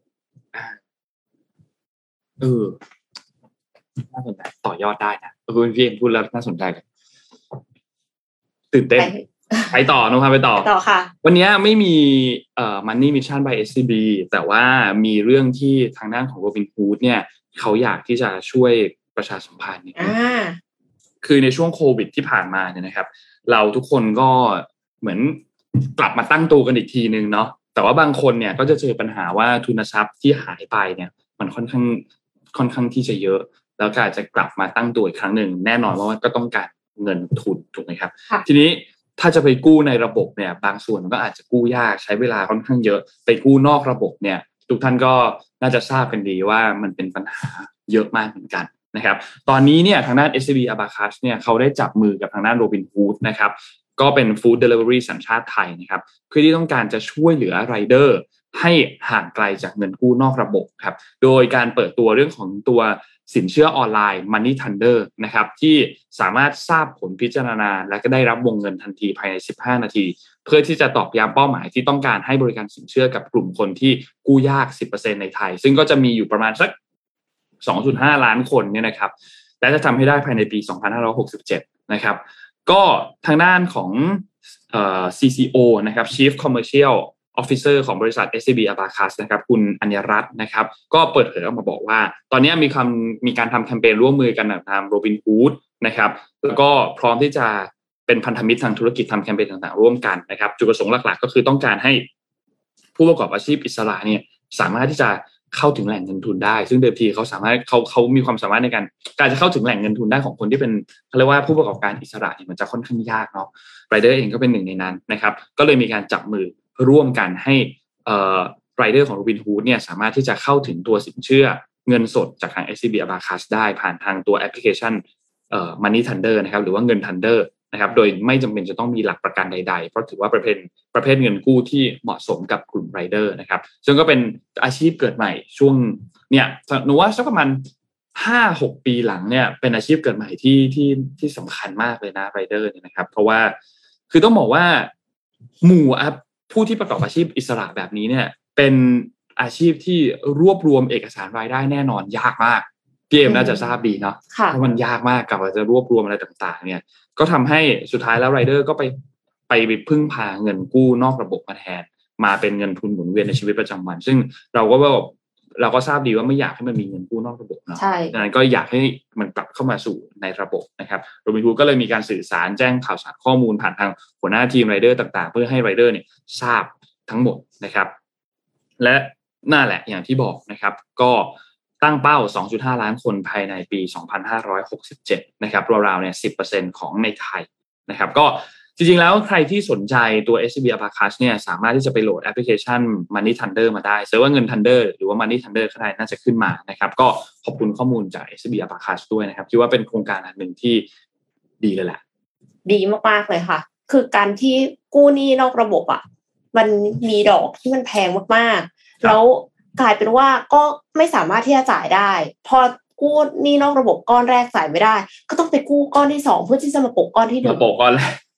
เออน่าสนใจต่อยอดได้นะคุณพี่เอ็มพูดแล้วน่าสนใจเลยตื่นเต้นไปต่อนุพาไปต่อต่อค่ะวันนี้ไม่มีเอ่อ Money Mission by เอส ซี บี แต่ว่ามีเรื่องที่ทางด้านของ Robinhood เนี่ยเขาอยากที่จะช่วยประชาสัมพันธ์อ่าคือในช่วงโควิดที่ผ่านมาเนี่ยนะครับเราทุกคนก็เหมือนกลับมาตั้งตัวกันอีกทีนึงเนาะแต่ว่าบางคนเนี่ยก็จะเจอปัญหาว่าทุนทรัพย์ที่หายไปเนี่ยมันค่อนข้างค่อนข้างที่จะเยอะแล้วก็อาจจะกลับมาตั้งตัวอีกครั้งหนึ่งแน่นอนว่าก็ต้องการเงินทุนถูกไหมครับทีนี้ถ้าจะไปกู้ในระบบเนี่ยบางส่วนมันก็อาจจะกู้ยากใช้เวลาค่อนข้างเยอะไปกู้นอกระบบเนี่ยทุกท่านก็น่าจะทราบกันดีว่ามันเป็นปัญหาเยอะมากเหมือนกันนะครับตอนนี้เนี่ยทางด้าน เอส ซี บี Abacus เนี่ยเขาได้จับมือกับทางด้าน Robinhood นะครับก็เป็น Food Delivery สัญชาติไทยนะครับเพื่อที่ต้องการจะช่วยเหลือไรเดอร์ให้ห่างไกลจากเงินกู้นอกระบบครับโดยการเปิดตัวเรื่องของตัวสินเชื่อออนไลน์ Money Thunder นะครับที่สามารถทราบผลพิจารณาและก็ได้รับวงเงินทันทีภายในสิบห้านาทีเพื่อที่จะตอบย้ำเป้าหมายที่ต้องการให้บริการสินเชื่อกับกลุ่มคนที่กู้ยาก สิบเปอร์เซ็นต์ ในไทยซึ่งก็จะมีอยู่ประมาณสัก สองจุดห้า ล้านคนเนี่ยนะครับและจะทำให้ได้ภายในปีสองพันห้าร้อยหกสิบเจ็ดนะครับก็ทางด้านของเอ่อ ซี ซี โอ นะครับ Chief Commercial Officer ของบริษัท เอส ซี บี Abacus นะครับคุณอัญญรัตน์นะครับก็เปิดเผยออกมาบอกว่าตอนนี้มีคำมีการทำแคมเปญร่วมมือกันกับทาง Robinhood นะครับแล้วก็พร้อมที่จะเป็นพันธมิตรทางธุรกิจทำแคมเปญต่างๆร่วมกันนะครับจุดประสงค์หลักๆก็คือต้องการให้ผู้ประกอบอาชีพอิสระเนี่ยสามารถที่จะเข้าถึงแหล่งเงินทุนได้ซึ่งเดิมทีเขาสามารถเขาเขามีความสามารถในการการจะเข้าถึงแหล่งเงินทุนได้ของคนที่เป็นเขาเรียกว่าผู้ประกอบการอิสระเนี่ยมันจะค่อนข้างยากเนาะไรเดอร์เองก็เป็นหนึ่งในนั้นนะครับก็เลยมีการจับมือร่วมกันให้เอ่อไรเดอร์ของ Robinhood เนี่ยสามารถที่จะเข้าถึงตัวสินเชื่อเงินสดจากทาง เอส ซี บี Abacus ได้ผ่านทางตัวแอปพลิเคชันเอ่อ Money Thunder นะครับหรือว่าเงิน Thunder นะครับโดยไม่จำเป็นจะต้องมีหลักประกันใดๆเพราะถือว่าประเภทประเภทเงินกู้ที่เหมาะสมกับกลุ่มไรเดอร์นะครับซึ่งก็เป็นอาชีพเกิดใหม่ช่วงเนี่ยหนูว่าสักประมาณ ห้าหก ปีหลังเนี่ยเป็นอาชีพเกิดใหม่ที่ที่ที่สำคัญมากเลยนะไรเดอร์เนี่ยนะครับเพราะว่าคือต้องบอกว่าหมู่อัพผู้ที่ประกอบอาชีพอิสระแบบนี้เนี่ยเป็นอาชีพที่รวบรวมเอกสารรายได้แน่นอนยากมากพี่เอ็มน่าจะทราบดีเนาะเพราะมันยากมากกับจะรวบรวมอะไรต่างๆเนี่ยก็ทำให้สุดท้ายแล้วไรเดอร์ก็ไปไปพึ่งพาเงินกู้นอกระบบมาแทนมาเป็นเงินทุนหมุนเวียนในชีวิตประจำวันซึ่งเราก็ว่าเราก็ทราบดีว่าไม่อยากให้มันมีเงินกู้นอกระบบเนาะดังนั้นก็อยากให้มันกลับเข้ามาสู่ในระบบนะครับโรบินฮูดก็เลยมีการสื่อสารแจ้งข่าวสารข้อมูลผ่านทางหัวหน้าทีมไรเดอร์ต่างๆเพื่อให้ไรเดอร์เนี่ยทราบทั้งหมดนะครับและนั่นแหละอย่างที่บอกนะครับก็ตั้งเป้า สองจุดห้า ล้านคนภายในปีสองพันห้าร้อยหกสิบเจ็ดนะครับราวๆเนี่ย สิบเปอร์เซ็นต์ ของในไทยนะครับก็จริงๆแล้วใครที่สนใจตัว เอส ซี บี Abacus เนี่ยสามารถที่จะไปโหลดแอปพลิเคชัน Money Thunder มาได้เซิร์ชว่าเงิน Thunder หรือว่า Money Thunder ก็ได้น่าจะขึ้นมานะครับก็ขอบคุณข้อมูลจาก เอส ซี บี Abacus ด้วยนะครับคิดว่าเป็นโครงการอันหนึ่งที่ดีเลยแหละดีมากๆเลยค่ะคือการที่กู้หนี้นอกระบบอ่ะมันมีดอกที่มันแพงมากๆแล้วกลายเป็นว่าก็ไม่สามารถที่จะจ่ายได้พอกู้หนี้นอกระบบก้อนแรกจ่ายไม่ได้ก็ต้องไปกู้ก้อนที่สองเพื่อที่จะมาโปะก้อนที่หนึ่งมาโปะก้อนแรก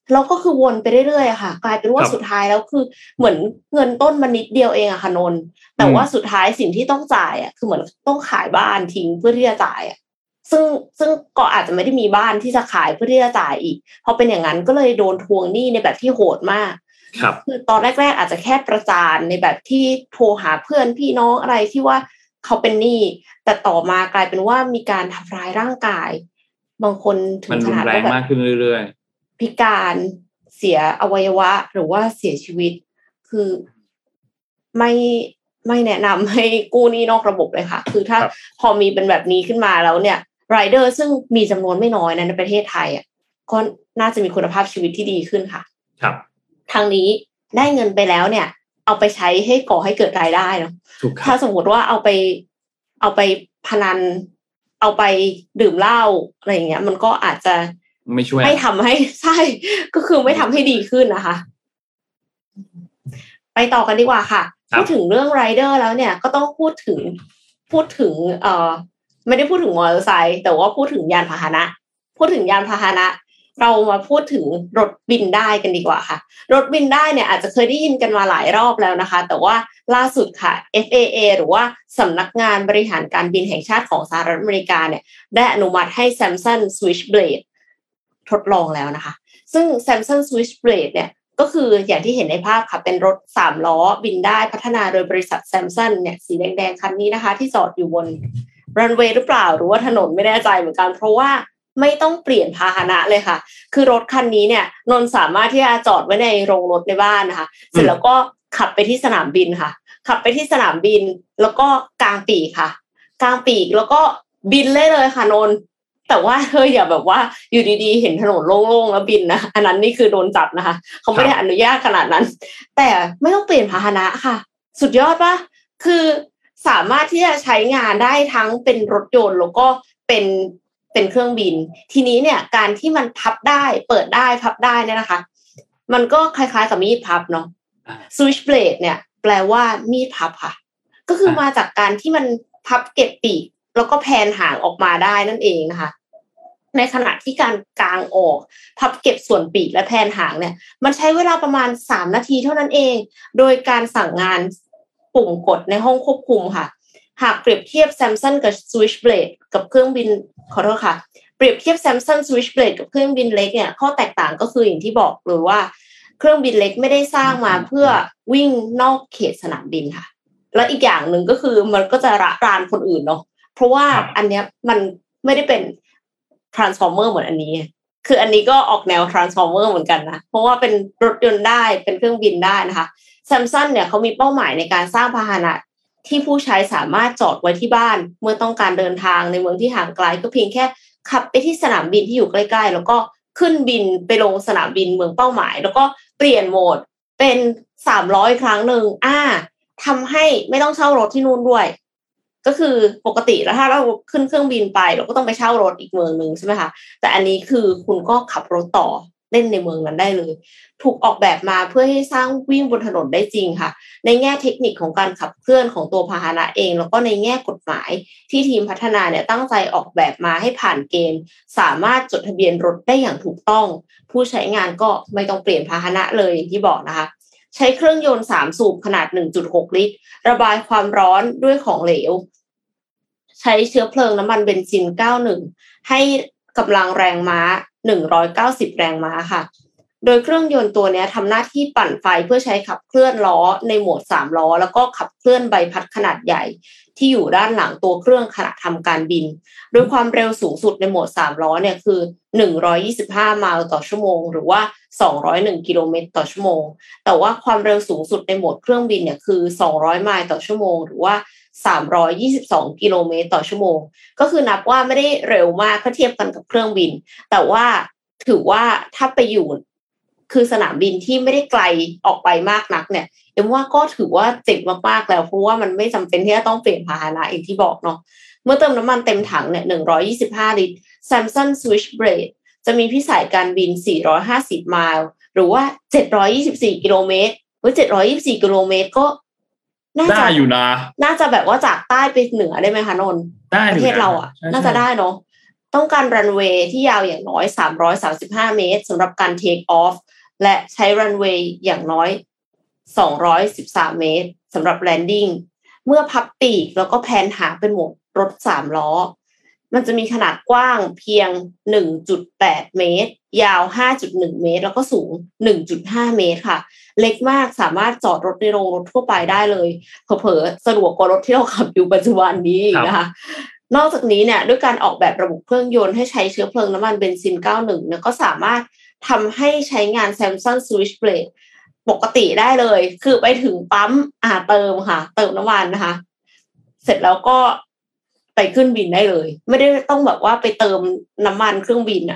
แล้วก็คือวนไปเรื่อยๆค่ะกลายเป็นว่าสุดท้ายแล้วคือเหมือนเงินต้นมันนิดเดียวเองอะค่ะนนท์แต่ว่าสุดท้ายสิ่งที่ต้องจ่ายอะคือเหมือนต้องขายบ้านทิ้งเพื่อที่จะจ่ายอะซึ่งซึ่งก็อาจจะไม่ได้มีบ้านที่จะขายเพื่อที่จะจ่ายอีกพอเป็นอย่างนั้นก็เลยโดนทวงหนี้ในแบบที่โหดมากครับคือตอนแรกๆอาจจะแค่ประจานในแบบที่โทรหาเพื่อนพี่น้องอะไรที่ว่าเขาเป็นหนี้แต่ต่อมากลายเป็นว่ามีการทำร้ายร่างกายบางคนถึงขนาดว่าแบบมากขึ้นเรื่อยๆพิการเสียอวัยวะหรือว่าเสียชีวิตคือไม่ไม่แนะนำให้กู้หนี้นอกระบบเลยค่ะคือถ้าพอมีเป็นแบบนี้ขึ้นมาแล้วเนี่ยไรเดอร์ซึ่งมีจำนวนไม่น้อยนะในประเทศไทยอ่ะก็น่าจะมีคุณภาพชีวิตที่ดีขึ้นค่ะครับทางนี้ได้เงินไปแล้วเนี่ยเอาไปใช้ให้ก่อให้เกิดรายได้เนาะถ้าสมมติว่าเอาไปเอาไปพนันเอาไปดื่มเหล้าอะไรอย่างเงี้ยมันก็อาจจะไม่ช่วยไม่ทำให้ใช่ก็คือไม่ทำให้ดีขึ้นนะคะไปต่อกันดีกว่าค่ะพูดถึงเรื่องไรเดอร์แล้วเนี่ยก็ต้องพูดถึงพูดถึงเอ่อไม่ได้พูดถึงมอเตอร์ไซค์แต่ว่าพูดถึงยานพาหนะพูดถึงยานพาหนะเรามาพูดถึงรถบินได้กันดีกว่าค่ะรถบินได้เนี่ยอาจจะเคยได้ยินกันมาหลายรอบแล้วนะคะแต่ว่าล่าสุดค่ะ เอฟ เอ เอ หรือว่าสำนักงานบริหารการบินแห่งชาติของสหรัฐอเมริกาเนี่ยได้อนุมัติให้ Samsung Switchblade ทดลองแล้วนะคะซึ่ง Samsung Switchblade เนี่ยก็คืออย่างที่เห็นในภาพค่ะเป็นรถสามล้อบินได้พัฒนาโดยบริษัท Samsung เนี่ยสีแดงๆคันนี้นะคะที่จอดอยู่บนรันเวย์หรือเปล่าหรือว่าถนนไม่แน่ใจเหมือนกันเพราะว่าไม่ต้องเปลี่ยนพาหนะเลยค่ะคือรถคันนี้เนี่ยนนสามารถที่จะจอดไว้ในโรงรถในบ้านนะคะเสร็จแล้วก็ขับไปที่สนามบินค่ะขับไปที่สนามบินแล้วก็กางปีกค่ะกางปีกแล้วก็บินเลยเลยค่ะนนแต่ว่าเธออย่าแบบว่าอยู่ดีๆเห็นถนนโล่งๆแล้วบินนะอันนั้นนี่คือโดนจับนะคะเขาไม่ได้อนุญาตขนาดนั้นแต่ไม่ต้องเปลี่ยนพาหนะค่ะสุดยอดป่ะคือสามารถที่จะใช้งานได้ทั้งเป็นรถยนต์แล้วก็เป็นเป็นเครื่องบินทีนี้เนี่ยการที่มันพับได้เปิดได้พับได้เนี่ยนะคะมันก็คล้ายๆกับมีดพับเนาะ Switchblade เนี่ยแปลว่ามีดพับค่ะก็คือมาจากการที่มันพับเก็บปีกแล้วก็แผ่หางออกมาได้นั่นเองนะคะในขณะที่การกางออกพับเก็บส่วนปีกและแผ่หางเนี่ยมันใช้เวลาประมาณสามนาทีเท่านั้นเองโดยการสั่งงานปุ่มกดในห้องควบคุมค่ะหากเปรียบเทียบ Samsung กับ Switchblade กับเครื่องบินขอโทษค่ะเปรียบเทียบ Samsung Switchblade กับเครื่องบินเล็กเนี่ยข้อแตกต่างก็คืออย่างที่บอกเลยว่าเครื่องบินเล็กไม่ได้สร้างมาเพื่อวิ่งนอกเขตสนามบินค่ะแล้วอีกอย่างหนึ่งก็คือมันก็จะระรานคนอื่นเนาะเพราะว่าอันเนี้ยมันไม่ได้เป็น Transformer เหมือนอันนี้คืออันนี้ก็ออกแนว Transformer เหมือนกันนะเพราะว่าเป็นรถยนต์ได้เป็นเครื่องบินได้นะคะ Samsung เนี่ยเขามีเป้าหมายในการสร้างพาหนะที่ผู้ใช้สามารถจอดไว้ที่บ้านเมื่อต้องการเดินทางในเมืองที่ห่างไกลก็เพียงแค่ขับไปที่สนามบินที่อยู่ใกล้ๆแล้วก็ขึ้นบินไปลงสนามบินเมืองเป้าหมายแล้วก็เปลี่ยนโหมดเป็นสามล้ออีกครั้งนึงอ่าทำให้ไม่ต้องเช่ารถที่นู่นด้วยก็คือปกติแล้วถ้าเราขึ้นเครื่องบินไปเราก็ต้องไปเช่ารถอีกเมืองนึงใช่ไหมคะแต่อันนี้คือคุณก็ขับรถต่อเล่นในเมืองนั้นได้เลยถูกออกแบบมาเพื่อให้สร้างวิ่งบนถนนได้จริงค่ะในแง่เทคนิคของการขับเคลื่อนของตัวพาหนะเองแล้วก็ในแง่กฎหมายที่ทีมพัฒนาเนี่ยตั้งใจออกแบบมาให้ผ่านเกณฑ์สามารถจดทะเบียนรถได้อย่างถูกต้องผู้ใช้งานก็ไม่ต้องเปลี่ยนพาหนะเลยอย่างที่บอกนะคะใช้เครื่องยนต์สามสูบขนาด หนึ่งจุดหก ลิตรระบายความร้อนด้วยของเหลวใช้เชื้อเพลิงน้ำมันเบนซินเก้าสิบเอ็ดให้กำลังแรงม้าหนึ่งร้อยเก้าสิบแรงม้าค่ะโดยเครื่องยนต์ตัวนี้ทำหน้าที่ปั่นไฟเพื่อใช้ขับเคลื่อนล้อในโหมดสามล้อแล้วก็ขับเคลื่อนใบพัดขนาดใหญ่ที่อยู่ด้านหลังตัวเครื่องขณะทำการบินโดยความเร็วสูงสุดในโหมดสามล้อเนี่ยคือหนึ่งร้อยยี่สิบห้าไมล์ต่อชั่วโมงหรือว่าสองร้อยเอ็ดกิโลเมตรต่อชั่วโมงแต่ว่าความเร็วสูงสุดในโหมดเครื่องบินเนี่ยคือสองร้อยไมล์ต่อชั่วโมงหรือว่าสามร้อยยี่สิบสองกิโลเมตรต่อชั่วโมงก็คือนับว่าไม่ได้เร็วมากถ้าเทียบกันกับเครื่องบินแต่ว่าถือว่าถ้าไปอยู่คือสนามบินที่ไม่ได้ไกลออกไปมากนักเนี่ยเอ็มว่าก็ถือว่าเจ๋งมากๆแล้วเพราะว่ามันไม่จำเป็นที่จะต้องเปลี่ยนพาหนะอย่างที่บอกเนาะเมื่อเติมน้ำมันเต็มถังเนี่ยหนึ่งร้อยยี่สิบห้าลิตร Samsung Switchblade จะมีพิสัยการบินสี่ร้อยห้าสิบไมล์หรือว่าเจ็ดร้อยยี่สิบสี่กิโลเมตรหรือเจ็ดร้อยยี่สิบสี่กิโลเมตรก็น่าจะได้อยู่นะน่าจะแบบว่าจากใต้ไปเหนือได้ไหมคะนนท์ประเทศเราอ่ะน่าจะได้เนาะต้องการรันเวย์ที่ยาวอย่างน้อยสามร้อยสามสิบห้าเมตรสำหรับการเทคออฟและใช้รันเวย์อย่างน้อยสองร้อยสิบสามเมตรสำหรับแลนดิ้งเมื่อพับปีกแล้วก็แพนหางเป็นโหมดรถสามล้อมันจะมีขนาดกว้างเพียง หนึ่งจุดแปดเมตรยาว ห้าจุดหนึ่งเมตรแล้วก็สูง หนึ่งจุดห้าเมตรค่ะเล็กมากสามารถจอดรถในโรงรถทั่วไปได้เลยเผลอๆสะดวกกว่ารถที่เราขับอยู่ปัจจุบันนี้นะคะนอกจากนี้เนี่ยด้วยการออกแบบระบบเครื่องยนต์ให้ใช้เชื้อเพลิงน้ำมันเบนซินเก้าสิบเอ็ดเนี่ยก็สามารถทำให้ใช้งาน Samsung Switchblade ปกติได้เลยคือไปถึงปั๊มอ่าเติมค่ะเติมน้ำมันนะคะเสร็จแล้วก็ไปขึ้นบินได้เลยไม่ได้ต้องแบบว่าไปเติมน้ำมันเครื่องบินอะ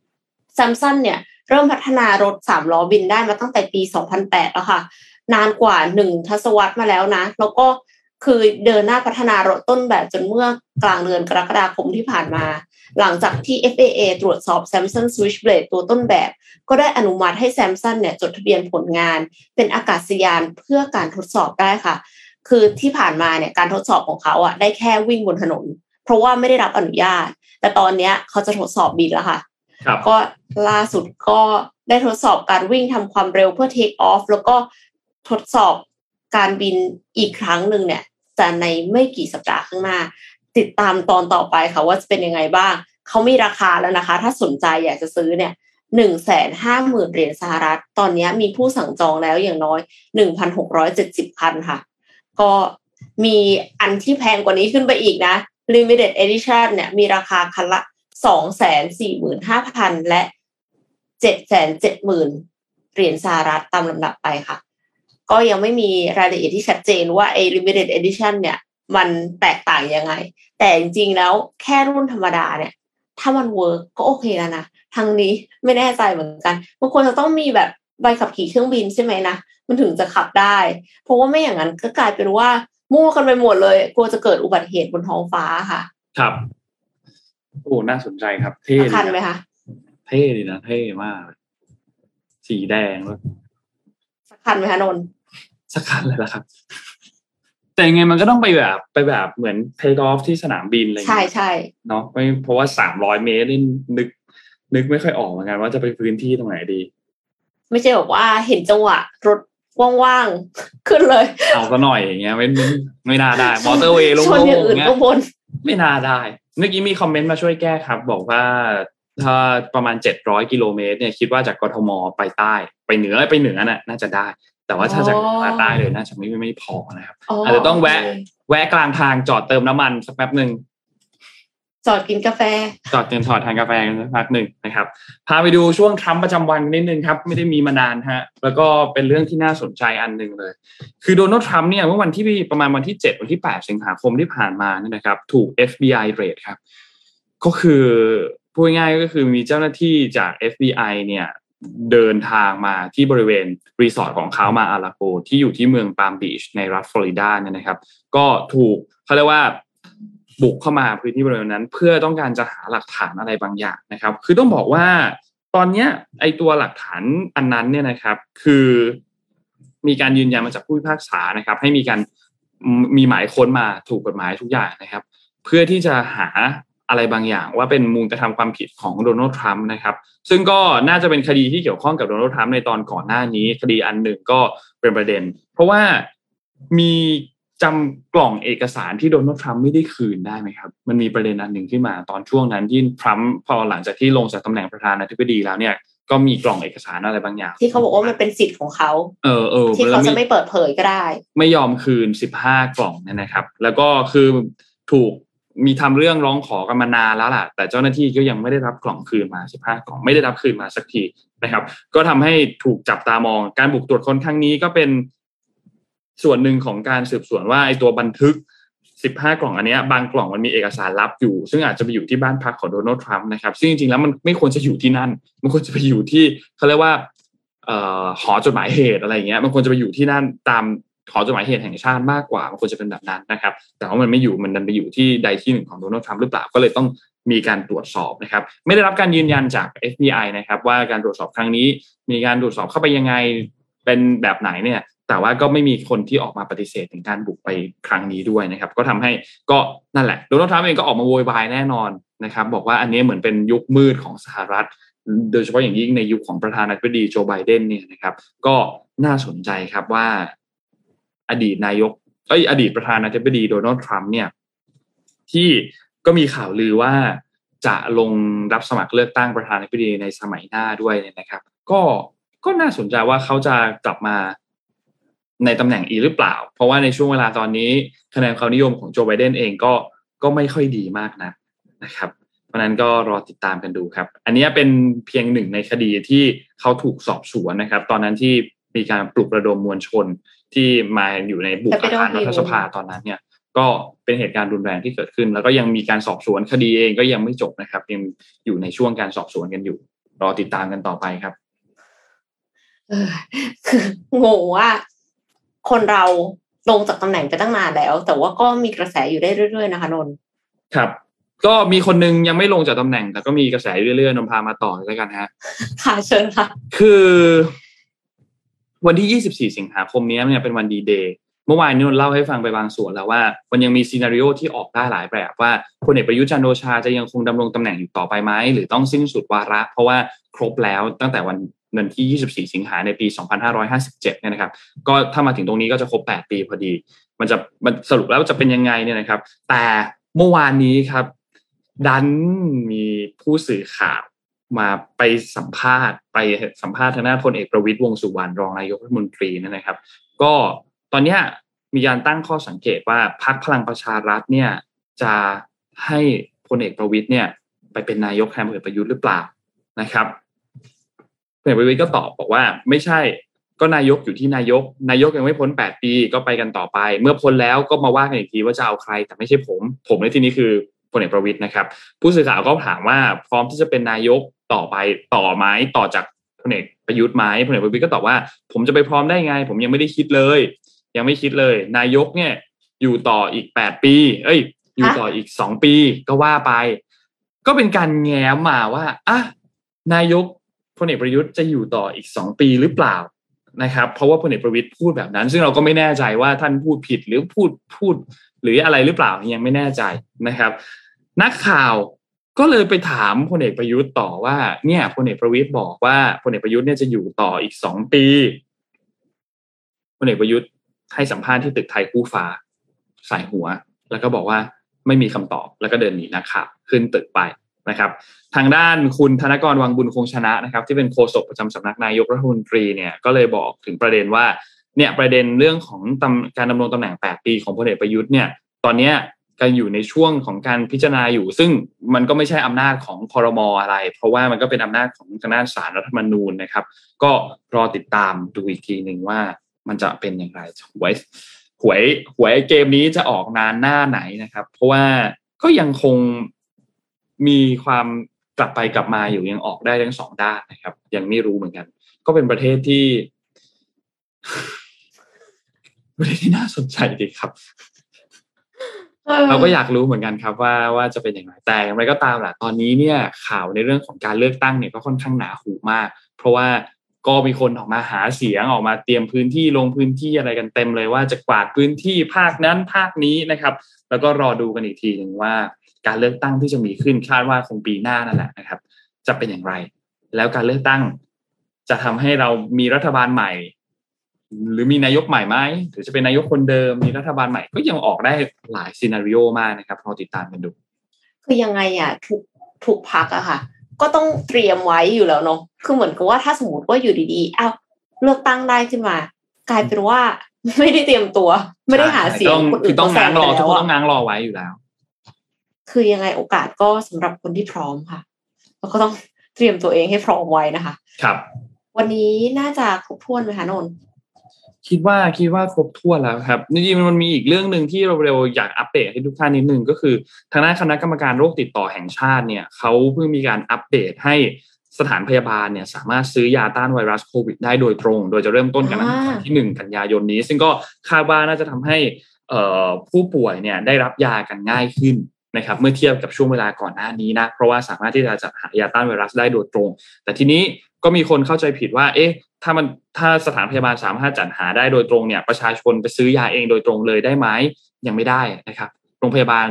Samsung เนี่ยเริ่มพัฒนารถสามล้อบินได้มาตั้งแต่ปีสองพันแปดแล้วค่ะนานกว่าหนึ่งทศวรรษมาแล้วนะแล้วก็คือเดินหน้าพัฒนารถต้นแบบจนเมื่อกลางเดือนกรกฎาคมที่ผ่านมาหลังจากที่ เอฟ เอ เอ ตรวจสอบ Samsung Switchblade ตัวต้นแบบก็ได้อนุมัติให้ Samsung เนี่ยจดทะเบียนผลงานเป็นอากาศยานเพื่อการทดสอบได้ค่ะคือที่ผ่านมาเนี่ยการทดสอบของเขาอ่ะได้แค่วิ่งบนถนนเพราะว่าไม่ได้รับอนุญาตแต่ตอนนี้เขาจะทดสอบบินแล้วค่ะก็ล่าสุดก็ได้ทดสอบการวิ่งทำความเร็วเพื่อ take off แล้วก็ทดสอบการบินอีกครั้งหนึ่งเนี่ยจะในไม่กี่สัปดาห์ข้างหน้าติดตามตอนต่อไปค่ะว่าจะเป็นยังไงบ้างเขามีราคาแล้วนะคะถ้าสนใจอยากจะซื้อเนี่ย หนึ่งแสนห้าหมื่น เหรียญสหรัฐตอนนี้มีผู้สั่งจองแล้วอย่างน้อย หนึ่งพันหกร้อยเจ็ดสิบ คันค่ะก็มีอันที่แพงกว่านี้ขึ้นไปอีกนะ Limited Edition เนี่ยมีราคาคันละ สองแสนสี่หมื่นห้าพัน และ เจ็ดแสนเจ็ดหมื่น เหรียญสหรัฐตามลำดับไปค่ะก็ยังไม่มีรายละเอียดที่ชัดเจนว่าไอ้ Limited Edition เนี่ยมันแตกต่างยังไงแต่จริงๆแล้วแค่รุ่นธรรมดาเนี่ยถ้ามันเวิร์กก็โอเคแล้วนะทางนี้ไม่แน่ใจเหมือนกันบางคนจะต้องมีแบบใบขับขี่เครื่องบินใช่ไหมนะมันถึงจะขับได้เพราะว่าไม่อย่างนั้นก็กลายเป็นว่ามั่วกันไปหมดเลยกลัวจะเกิดอุบัติเหตุบนท้องฟ้าค่ะครับโอ้น่าสนใจครับเท่ทันไหมคะเท่ดีนะเท่มากสีแดงด้วยสักคันไหมคะนนท์สักคันเลยละครับแต่ยังไงมันก็ต้องไปแบบไปแบบเหมือนเทคออฟที่สนามบินอะไรอย่างเงี้ยใช่ๆเนาะไม่เพราะว่าสามร้อยเมตรนี่นึกนึกไม่ค่อยออกเหมือนกันว่าจะไปพื้นที่ตรงไหนดีไม่ใช่แบบว่าเห็นจังหวะรถว่างๆขึ้นเลยเอาซะหน่อยอย่างเงี้ยไม่ไม่น่าได้มอเตอร์เวย์ลงๆอย่างเงี้ยไม่น่าได้เมื่อกี้มีคอมเมนต์มาช่วยแก้ครับบอกว่าถ้าประมาณเจ็ดร้อยกิโลเมตรเนี่ยคิดว่าจากกทมไปใต้ไปเหนือไปเหนือน่ะน่าจะได้แต่ว่าถ้าจากมาใต้เลยน่าจะไม่ไม่พอนะครับอาจจะต้องแวะแวะกลางทางจอดเติมน้ำมันสักแป๊บนึงจอดกินกาแฟจอดกินถอดทานกาแฟกันสักพักนึงนะครับพาไปดูช่วงทรัมป์ประจำวันนิดนึงครับไม่ได้มีมานานฮะแล้วก็เป็นเรื่องที่น่าสนใจอันนึงเลยคือโดนัลด์ทรัมป์เนี่ยเมื่อวันที่ประมาณวันที่เจ็ดวันที่แปดสิงหาคมที่ผ่านมาเนี่ยนะครับถูก เอฟ บี ไอ เรดครับก็คือพูดง่ายๆก็คือมีเจ้าหน้าที่จาก เอฟ บี ไอ เนี่ยเดินทางมาที่บริเวณรีสอร์ทของเขามาอาราโกที่อยู่ที่เมืองปาล์มบีชในรัฐฟลอริดาเนี่ยนะครับก็ถูกเขาเรียกว่าบุกเข้ามาพื้นที่บริเวณนั้นเพื่อต้องการจะหาหลักฐานอะไรบางอย่างนะครับคือต้องบอกว่าตอนนี้ไอตัวหลักฐานอันนั้นเนี่ยนะครับคือมีการยืนยันมาจากผู้พิพากษานะครับให้มีการมีหมายค้นมาถูกกฎหมายทุกอย่างนะครับเพื่อที่จะหาอะไรบางอย่างว่าเป็นมูลกระทำความผิดของโดนัลด์ทรัมป์นะครับซึ่งก็น่าจะเป็นคดีที่เกี่ยวข้องกับโดนัลด์ทรัมป์ในตอนก่อนหน้านี้คดีอันหนึ่งก็เป็นประเด็นเพราะว่ามีจำกล่องเอกสารที่โดนัลด์ทรัมป์ไม่ได้คืนได้ไหมครับมันมีประเด็นอันหนึ่งขึ้นมาตอนช่วงนั้นที่ทรัมป์พอหลังจากที่ลงจากตำแหน่งประธานาธิบดีแล้วเนี่ยก็มีกล่องเอกสารอะไรบางอย่างที่เขาบอกว่ามันเป็นสิทธิ์ของเขาเออเออที่เขาจะไม่เปิดเผยก็ได้ไม่ยอมคืนสิบห้ากล่องนะครับแล้วก็คือถูกมีทำเรื่องร้องขอกันมานานแล้วล่ะแต่เจ้าหน้าที่ก็ยังไม่ได้รับกล่องคืนมาสิบห้ากล่องไม่ได้รับคืนมาสักทีนะครับก็ทำให้ถูกจับตามองการบุกตรวจค้นครั้งนี้ก็เป็นส่วนหนึ่งของการสืบสวนว่าไอ้ตัวบันทึกสิบห้ากล่องอันนี้บางกล่องมันมีเอกสารลับอยู่ซึ่งอาจจะไปอยู่ที่บ้านพักของโดนัลด์ทรัมป์นะครับซึ่งจริงๆแล้วมันไม่ควรจะอยู่ที่นั่นมันควรจะไปอยู่ที่เขาเรียกว่าเอ่อหอจดหมายเหตุอะไรอย่างเงี้ยมันควรจะไปอยู่ที่นั่นตามหอจดหมายเหตุแห่งชาติมากกว่ามันควรจะเป็นแบบนั้นนะครับแต่ว่ามันไม่อยู่มันดันไปอยู่ที่ใดที่หนึ่งของโดนัลด์ทรัมป์หรือเปล่าก็เลยต้องมีการตรวจสอบนะครับไม่ได้รับการยืนยันจาก เอฟ บี ไอ นะครับว่าการตรวจสอบครั้งนี้มีการตรวจสอบเข้าไปยังไงเป็นแบบไหนเนี่ยแต่ว่าก็ไม่มีคนที่ออกมาปฏิเสธถึงการบุกไปครั้งนี้ด้วยนะครับก็ทำให้ก็นั่นแหละโดนัลด์ทรัมป์เองก็ออกมาโวยวายแน่นอนนะครับบอกว่าอันนี้เหมือนเป็นยุคมืดของสหรัฐโดยเฉพาะอย่างยิ่งในยุคของประธานาธิบดีโจไบเดนเนี่ยนะครับก็น่าสนใจครับว่าอดีตนายกเอ้ยอดีตประธานาธิบดีโดนัลด์ทรัมป์เนี่ยที่ก็มีข่าวลือว่าจะลงรับสมัครเลือกตั้งประธานาธิบดีในสมัยหน้าด้วยเนี่ยนะครับก็ก็น่าสนใจว่าเขาจะกลับมาในตำแหน่งอีกหรือเปล่าเพราะว่าในช่วงเวลาตอนนี้คะแนนความนิยมของโจไบเดนเองก็ก็ไม่ค่อยดีมากนะนะครับเพราะนั้นก็รอติดตามกันดูครับอันนี้เป็นเพียงหนึ่งในคดีที่เขาถูกสอบสวนนะครับตอนนั้นที่มีการปลุกระดมมวลชนที่มาอยู่ในบุกอาคารรัฐสภาตอนนั้นเนี่ยก็เป็นเหตุการณ์รุนแรงที่เกิดขึ้นแล้วก็ยังมีการสอบสวนคดีเองก็ยังไม่จบนะครับยังอยู่ในช่วงการสอบสวนกันอยู่รอติดตามกันต่อไปครับเออคืองงว่าคนเราลงจากตำแหน่งไปตั้งนานแล้วแต่ว่าก็มีกระแสอยู่ได้เรื่อยๆนะคะนนท์ครับก็มีคนนึงยังไม่ลงจากตำแหน่งแต่ก็มีกระแสเรื่อยๆนนพามาต่อแล้วกันฮะค่ะเชิญค่ะคือวันที่ยี่สิบสี่สิงหาคมนี้เนี่ยเป็นวันดีเดย์เมื่อวานนี้นนเล่าให้ฟังไปบางส่วนแล้วว่ามันยังมีซีนาริโอที่ออกได้หลายแบบว่าพลเอกประยุทธ์จันทร์โอชาจะยังคงดำรงตำแหน่งอยู่ต่อไปไหมหรือต้องสิ้นสุดวาระเพราะว่าครบแล้วตั้งแต่วันวันที่ยี่สิบสี่สิงหาในปีสองพันห้าร้อยห้าสิบเจ็ดเนี่ยนะครับก็ถ้ามาถึงตรงนี้ก็จะครบแปดปีพอดีมันจะมันสรุปแล้วจะเป็นยังไงเนี่ยนะครับแต่เมื่อวานนี้ครับดันมีผู้สื่อข่าวมาไปสัมภาษณ์ไปสัมภาษณ์ทางด้านพลเอกประวิตรวงษ์สุวรรณรองนายกรัฐมนตรีนะครับก็ตอนนี้มีการตั้งข้อสังเกตว่าพรรคพลังประชารัฐเนี่ยจะให้พลเอกประวิตรเนี่ยไปเป็นนายกแทนพลเอกประยุทธ์หรือเปล่านะครับพลเอกประวิตรก็ตอบบอกว่าไม่ใช่ก็นายกอยู่ที่นายกนายกยังไม่พ้นแปดปีก็ไปกันต่อไปเมื่อพ้นแล้วก็มาว่ากันอีกทีว่าจะเอาใครแต่ไม่ใช่ผมผมในที่นี้คือพลเอกประวิตรนะครับผู้สื่อข่าวก็ถามว่าพร้อมที่จะเป็นนายกต่อไปต่อไหมต่อจากพลเอกประยุทธ์ไหมพลเอกประวิตรก็ตอบว่าผมจะไปพร้อมได้ไงผมยังไม่ได้คิดเลยยังไม่คิดเลยนายกเนี่ยอยู่ต่ออีกแปดปีเอ้ยอยู่ต่ออีกสองปีก็ว่าไปก็เป็นการแง้มมาว่าอ่ะนายกพลเอกประยุทธ์จะอยู่ต่ออีกสองปีหรือเปล่านะครับเพราะว่าพลเอกประวิตรพูดแบบนั้นซึ่งเราก็ไม่แน่ใจว่าท่านพูดผิดหรือพูดพูดหรืออะไรหรือเปล่ายังไม่แน่ใจนะครับนักข่าวก็เลยไปถามพลเอกประยุทธ์ต่อว่าเนี่ยพลเอกประวิตรบอกว่าพลเอกประยุทธ์เนี่ยจะอยู่ต่ออีกสองปีพลเอกประยุทธ์ให้สัมภาษณ์ที่ตึกไทยคู่ฟ้าใส่หัวแล้วก็บอกว่าไม่มีคำตอบแล้วก็เดินหนีนักข่าวขึ้นตึกไปนะครับทางด้านคุณธนกรวังบุญคงชนะนะครับที่เป็นโฆษกประจำสำนักนายกรัฐมนตรีเนี่ยก็เลยบอกถึงประเด็นว่าเนี่ยประเด็นเรื่องของการดำรงตำแหน่งแปดปีของพลเอกประยุทธ์เนี่ยตอนนี้การอยู่ในช่วงของการพิจารณาอยู่ซึ่งมันก็ไม่ใช่อำนาจของครม.อะไรเพราะว่ามันก็เป็นอำนาจของทางด้านศาลรัฐธรรมนูญนะครับก็รอติดตามดูอีกทีนึงว่ามันจะเป็นอย่างไรหวยหวยหวยเกมนี้จะออกนานหน้าไหนนะครับเพราะว่าก็ยังคงมีความกลับไปกลับมาอยู่ยังออกได้ทั้งสองด้านนะครับยังไม่รู้เหมือนกันก็เป็นประเทศที่ประเทศที่น่าสนใจดีครับเราก็อยากรู้เหมือนกันครับว่าว่าจะเป็นอย่างไรแต่อย่างไรก็ตามแหละตอนนี้เนี่ยข่าวในเรื่องของการเลือกตั้งเนี่ยก็ค่อนข้างหนาหูมากเพราะว่าก็มีคนออกมาหาเสียงออกมาเตรียมพื้นที่ลงพื้นที่อะไรกันเต็มเลยว่าจะกวาดพื้นที่ภาคนั้นภาคนี้นะครับแล้วก็รอดูกันอีกทีนึงว่าการเลือกตั้งที่จะมีขึ้นคาดว่าคงปีหน้านั่นแหละนะครับจะเป็นอย่างไรแล้วการเลือกตั้งจะทำให้เรามีรัฐบาลใหม่หรือมีนายกใหม่ไหมหรือจะเป็นนายกคนเดิมมีรัฐบาลใหม่ก็ยังออกได้หลายซีนาริโอมากนะครับรอติดตามกันดูคือยังไงอ่ะทุกทุกพรรคอะค่ะก็ต้องเตรียมไว้อยู่แล้วเนาะคือเหมือนกับว่าถ้าสมมติว่าอยู่ดีๆอ้าวเลือกตั้งได้ขึ้นมากลายเป็นว่าไม่ได้เตรียมตัวไม่ได้หาเสียงคนอื่นต้องง้างรอทุกคนต้องง้างรอไว้อยู่แล้วคือยังไงโอกาสก็สำหรับคนที่พร้อมค่ะแล้วก็ต้องเตรียมตัวเองให้พร้อมไว้นะคะครับวันนี้น่าจะครบถ้วนไหมคะนนท์คิดว่าคิดว่าครบถ้วนแล้วครับจริงๆมันมีอีกเรื่องนึงที่เราเร็วอยากอัปเดตให้ทุกท่านนิดนึงก็คือทางด้านคณะกรรมการโรคติดต่อแห่งชาติเนี่ยเขาเพิ่งมีการอัปเดตให้สถานพยาบาลเนี่ยสามารถซื้อยาต้านไวรัสโควิดได้โดยตรงโดยจะเริ่มต้นกันในวันที่หนึ่งกันยายนนี้ซึ่งก็คาดว่าน่าจะทำให้ผู้ป่วยเนี่ยได้รับยากันง่ายขึ้นนะครับเมื่อเทียบกับช่วงเวลาก่อนหน้านี้นะเพราะว่าสามารถที่จะจัดหายาต้านไวรัสได้โดยตรงแต่ทีนี้ก็มีคนเข้าใจผิดว่าเอ๊ะถ้ามันถ้าสถานพยาบาลสามารถจัดหาได้โดยตรงเนี่ยประชาชนไปซื้อยาเองโดยตรงเลยได้ไหมยังไม่ได้นะครับโรงพยาบาล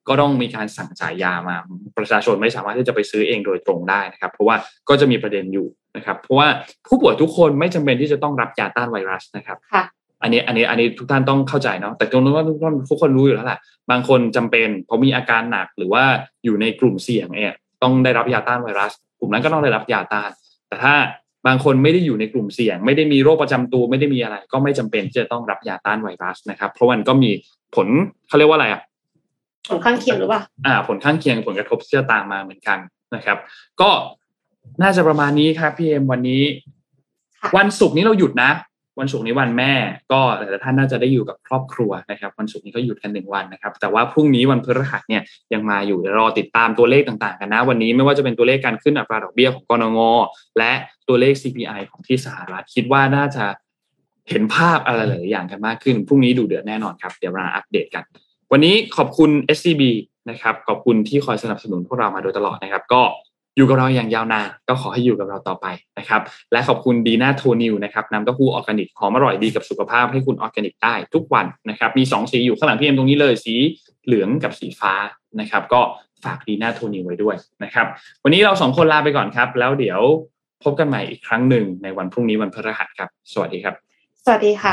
ก็ต้องมีการสั่งจ่ายยามาประชาชนไม่สามารถที่จะไปซื้อเองโดยตรงได้นะครับเพราะว่าก็จะมีประเด็นอยู่นะครับเพราะว่าผู้ป่วยทุกคนไม่จำเป็นที่จะต้องรับยาต้านไวรัสนะครับอันนี้อันนี้อันนี้ทุกท่านต้องเข้าใจเนาะแต่ตรงนั้นว่าทุกคนทุกคนรู้อยู่แล้วแหละบางคนจำเป็นเพราะมีอาการหนักหรือว่าอยู่ในกลุ่มเสี่ยงเนี่ยต้องได้รับยาต้านไวรัสกลุ่มนั้นก็ต้องได้รับยาต้านแต่ถ้าบางคนไม่ได้อยู่ในกลุ่มเสี่ยงไม่ได้มีโรคประจำตัวไม่ได้มีอะไรก็ไม่จำเป็นที่จะต้องรับยาต้านไวรัสนะครับเพราะมันก็มีผลเขาเรียกว่าอะไรอ่ะผลข้างเคียงหรือเปล่าอ่าผลข้างเคียงผลกระทบที่จะตามมาเหมือนกันนะครับก็น่าจะประมาณนี้ครับพี่เอ็มวันนี้วันศุกร์นี้เราหยุดนะวันศุกร์นี้วันแม่ก็หลายท่านน่าจะได้อยู่กับครอบครัวนะครับวันศุกร์นี้ก็หยุดกันหนึ่งวันนะครับแต่ว่าพรุ่งนี้วันพฤหัสเนี่ยยังมาอยู่รอติดตามตัวเลขต่างๆกันนะวันนี้ไม่ว่าจะเป็นตัวเลขการขึ้นอัตราดอกเบี้ยของกนง.และตัวเลข ซี พี ไอ ของที่สหรัฐคิดว่าน่าจะเห็นภาพอะไรหลายอย่างกันมากขึ้นพรุ่งนี้ดูเดือดแน่นอนครับเดี๋ยวมาอัปเดตกันวันนี้ขอบคุณ เอส ซี บี นะครับขอบคุณที่คอยสนับสนุนพวกเรามาโดยตลอดนะครับก็อยู่กับเราอย่างยาวนานก็ขอให้อยู่กับเราต่อไปนะครับและขอบคุณดีน่าโทนิวนะครับน้ำเต้าหู้ออร์แกนิกหอมอร่อยดีกับสุขภาพให้คุณออร์แกนิกได้ทุกวันนะครับมีสองสีอยู่ข้างหลังพี่เอ็มตรงนี้เลยสีเหลืองกับสีฟ้านะครับก็ฝากดีน่าโทนิวไว้ด้วยนะครับวันนี้เราสองคนลาไปก่อนครับแล้วเดี๋ยวพบกันใหม่อีกครั้งหนึ่งในวันพรุ่งนี้วันพฤหัสครับสวัสดีครับสวัสดีค่ะ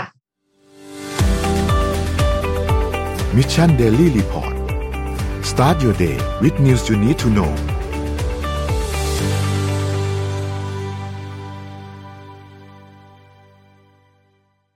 Mission Daily Report Start your day with news you need to know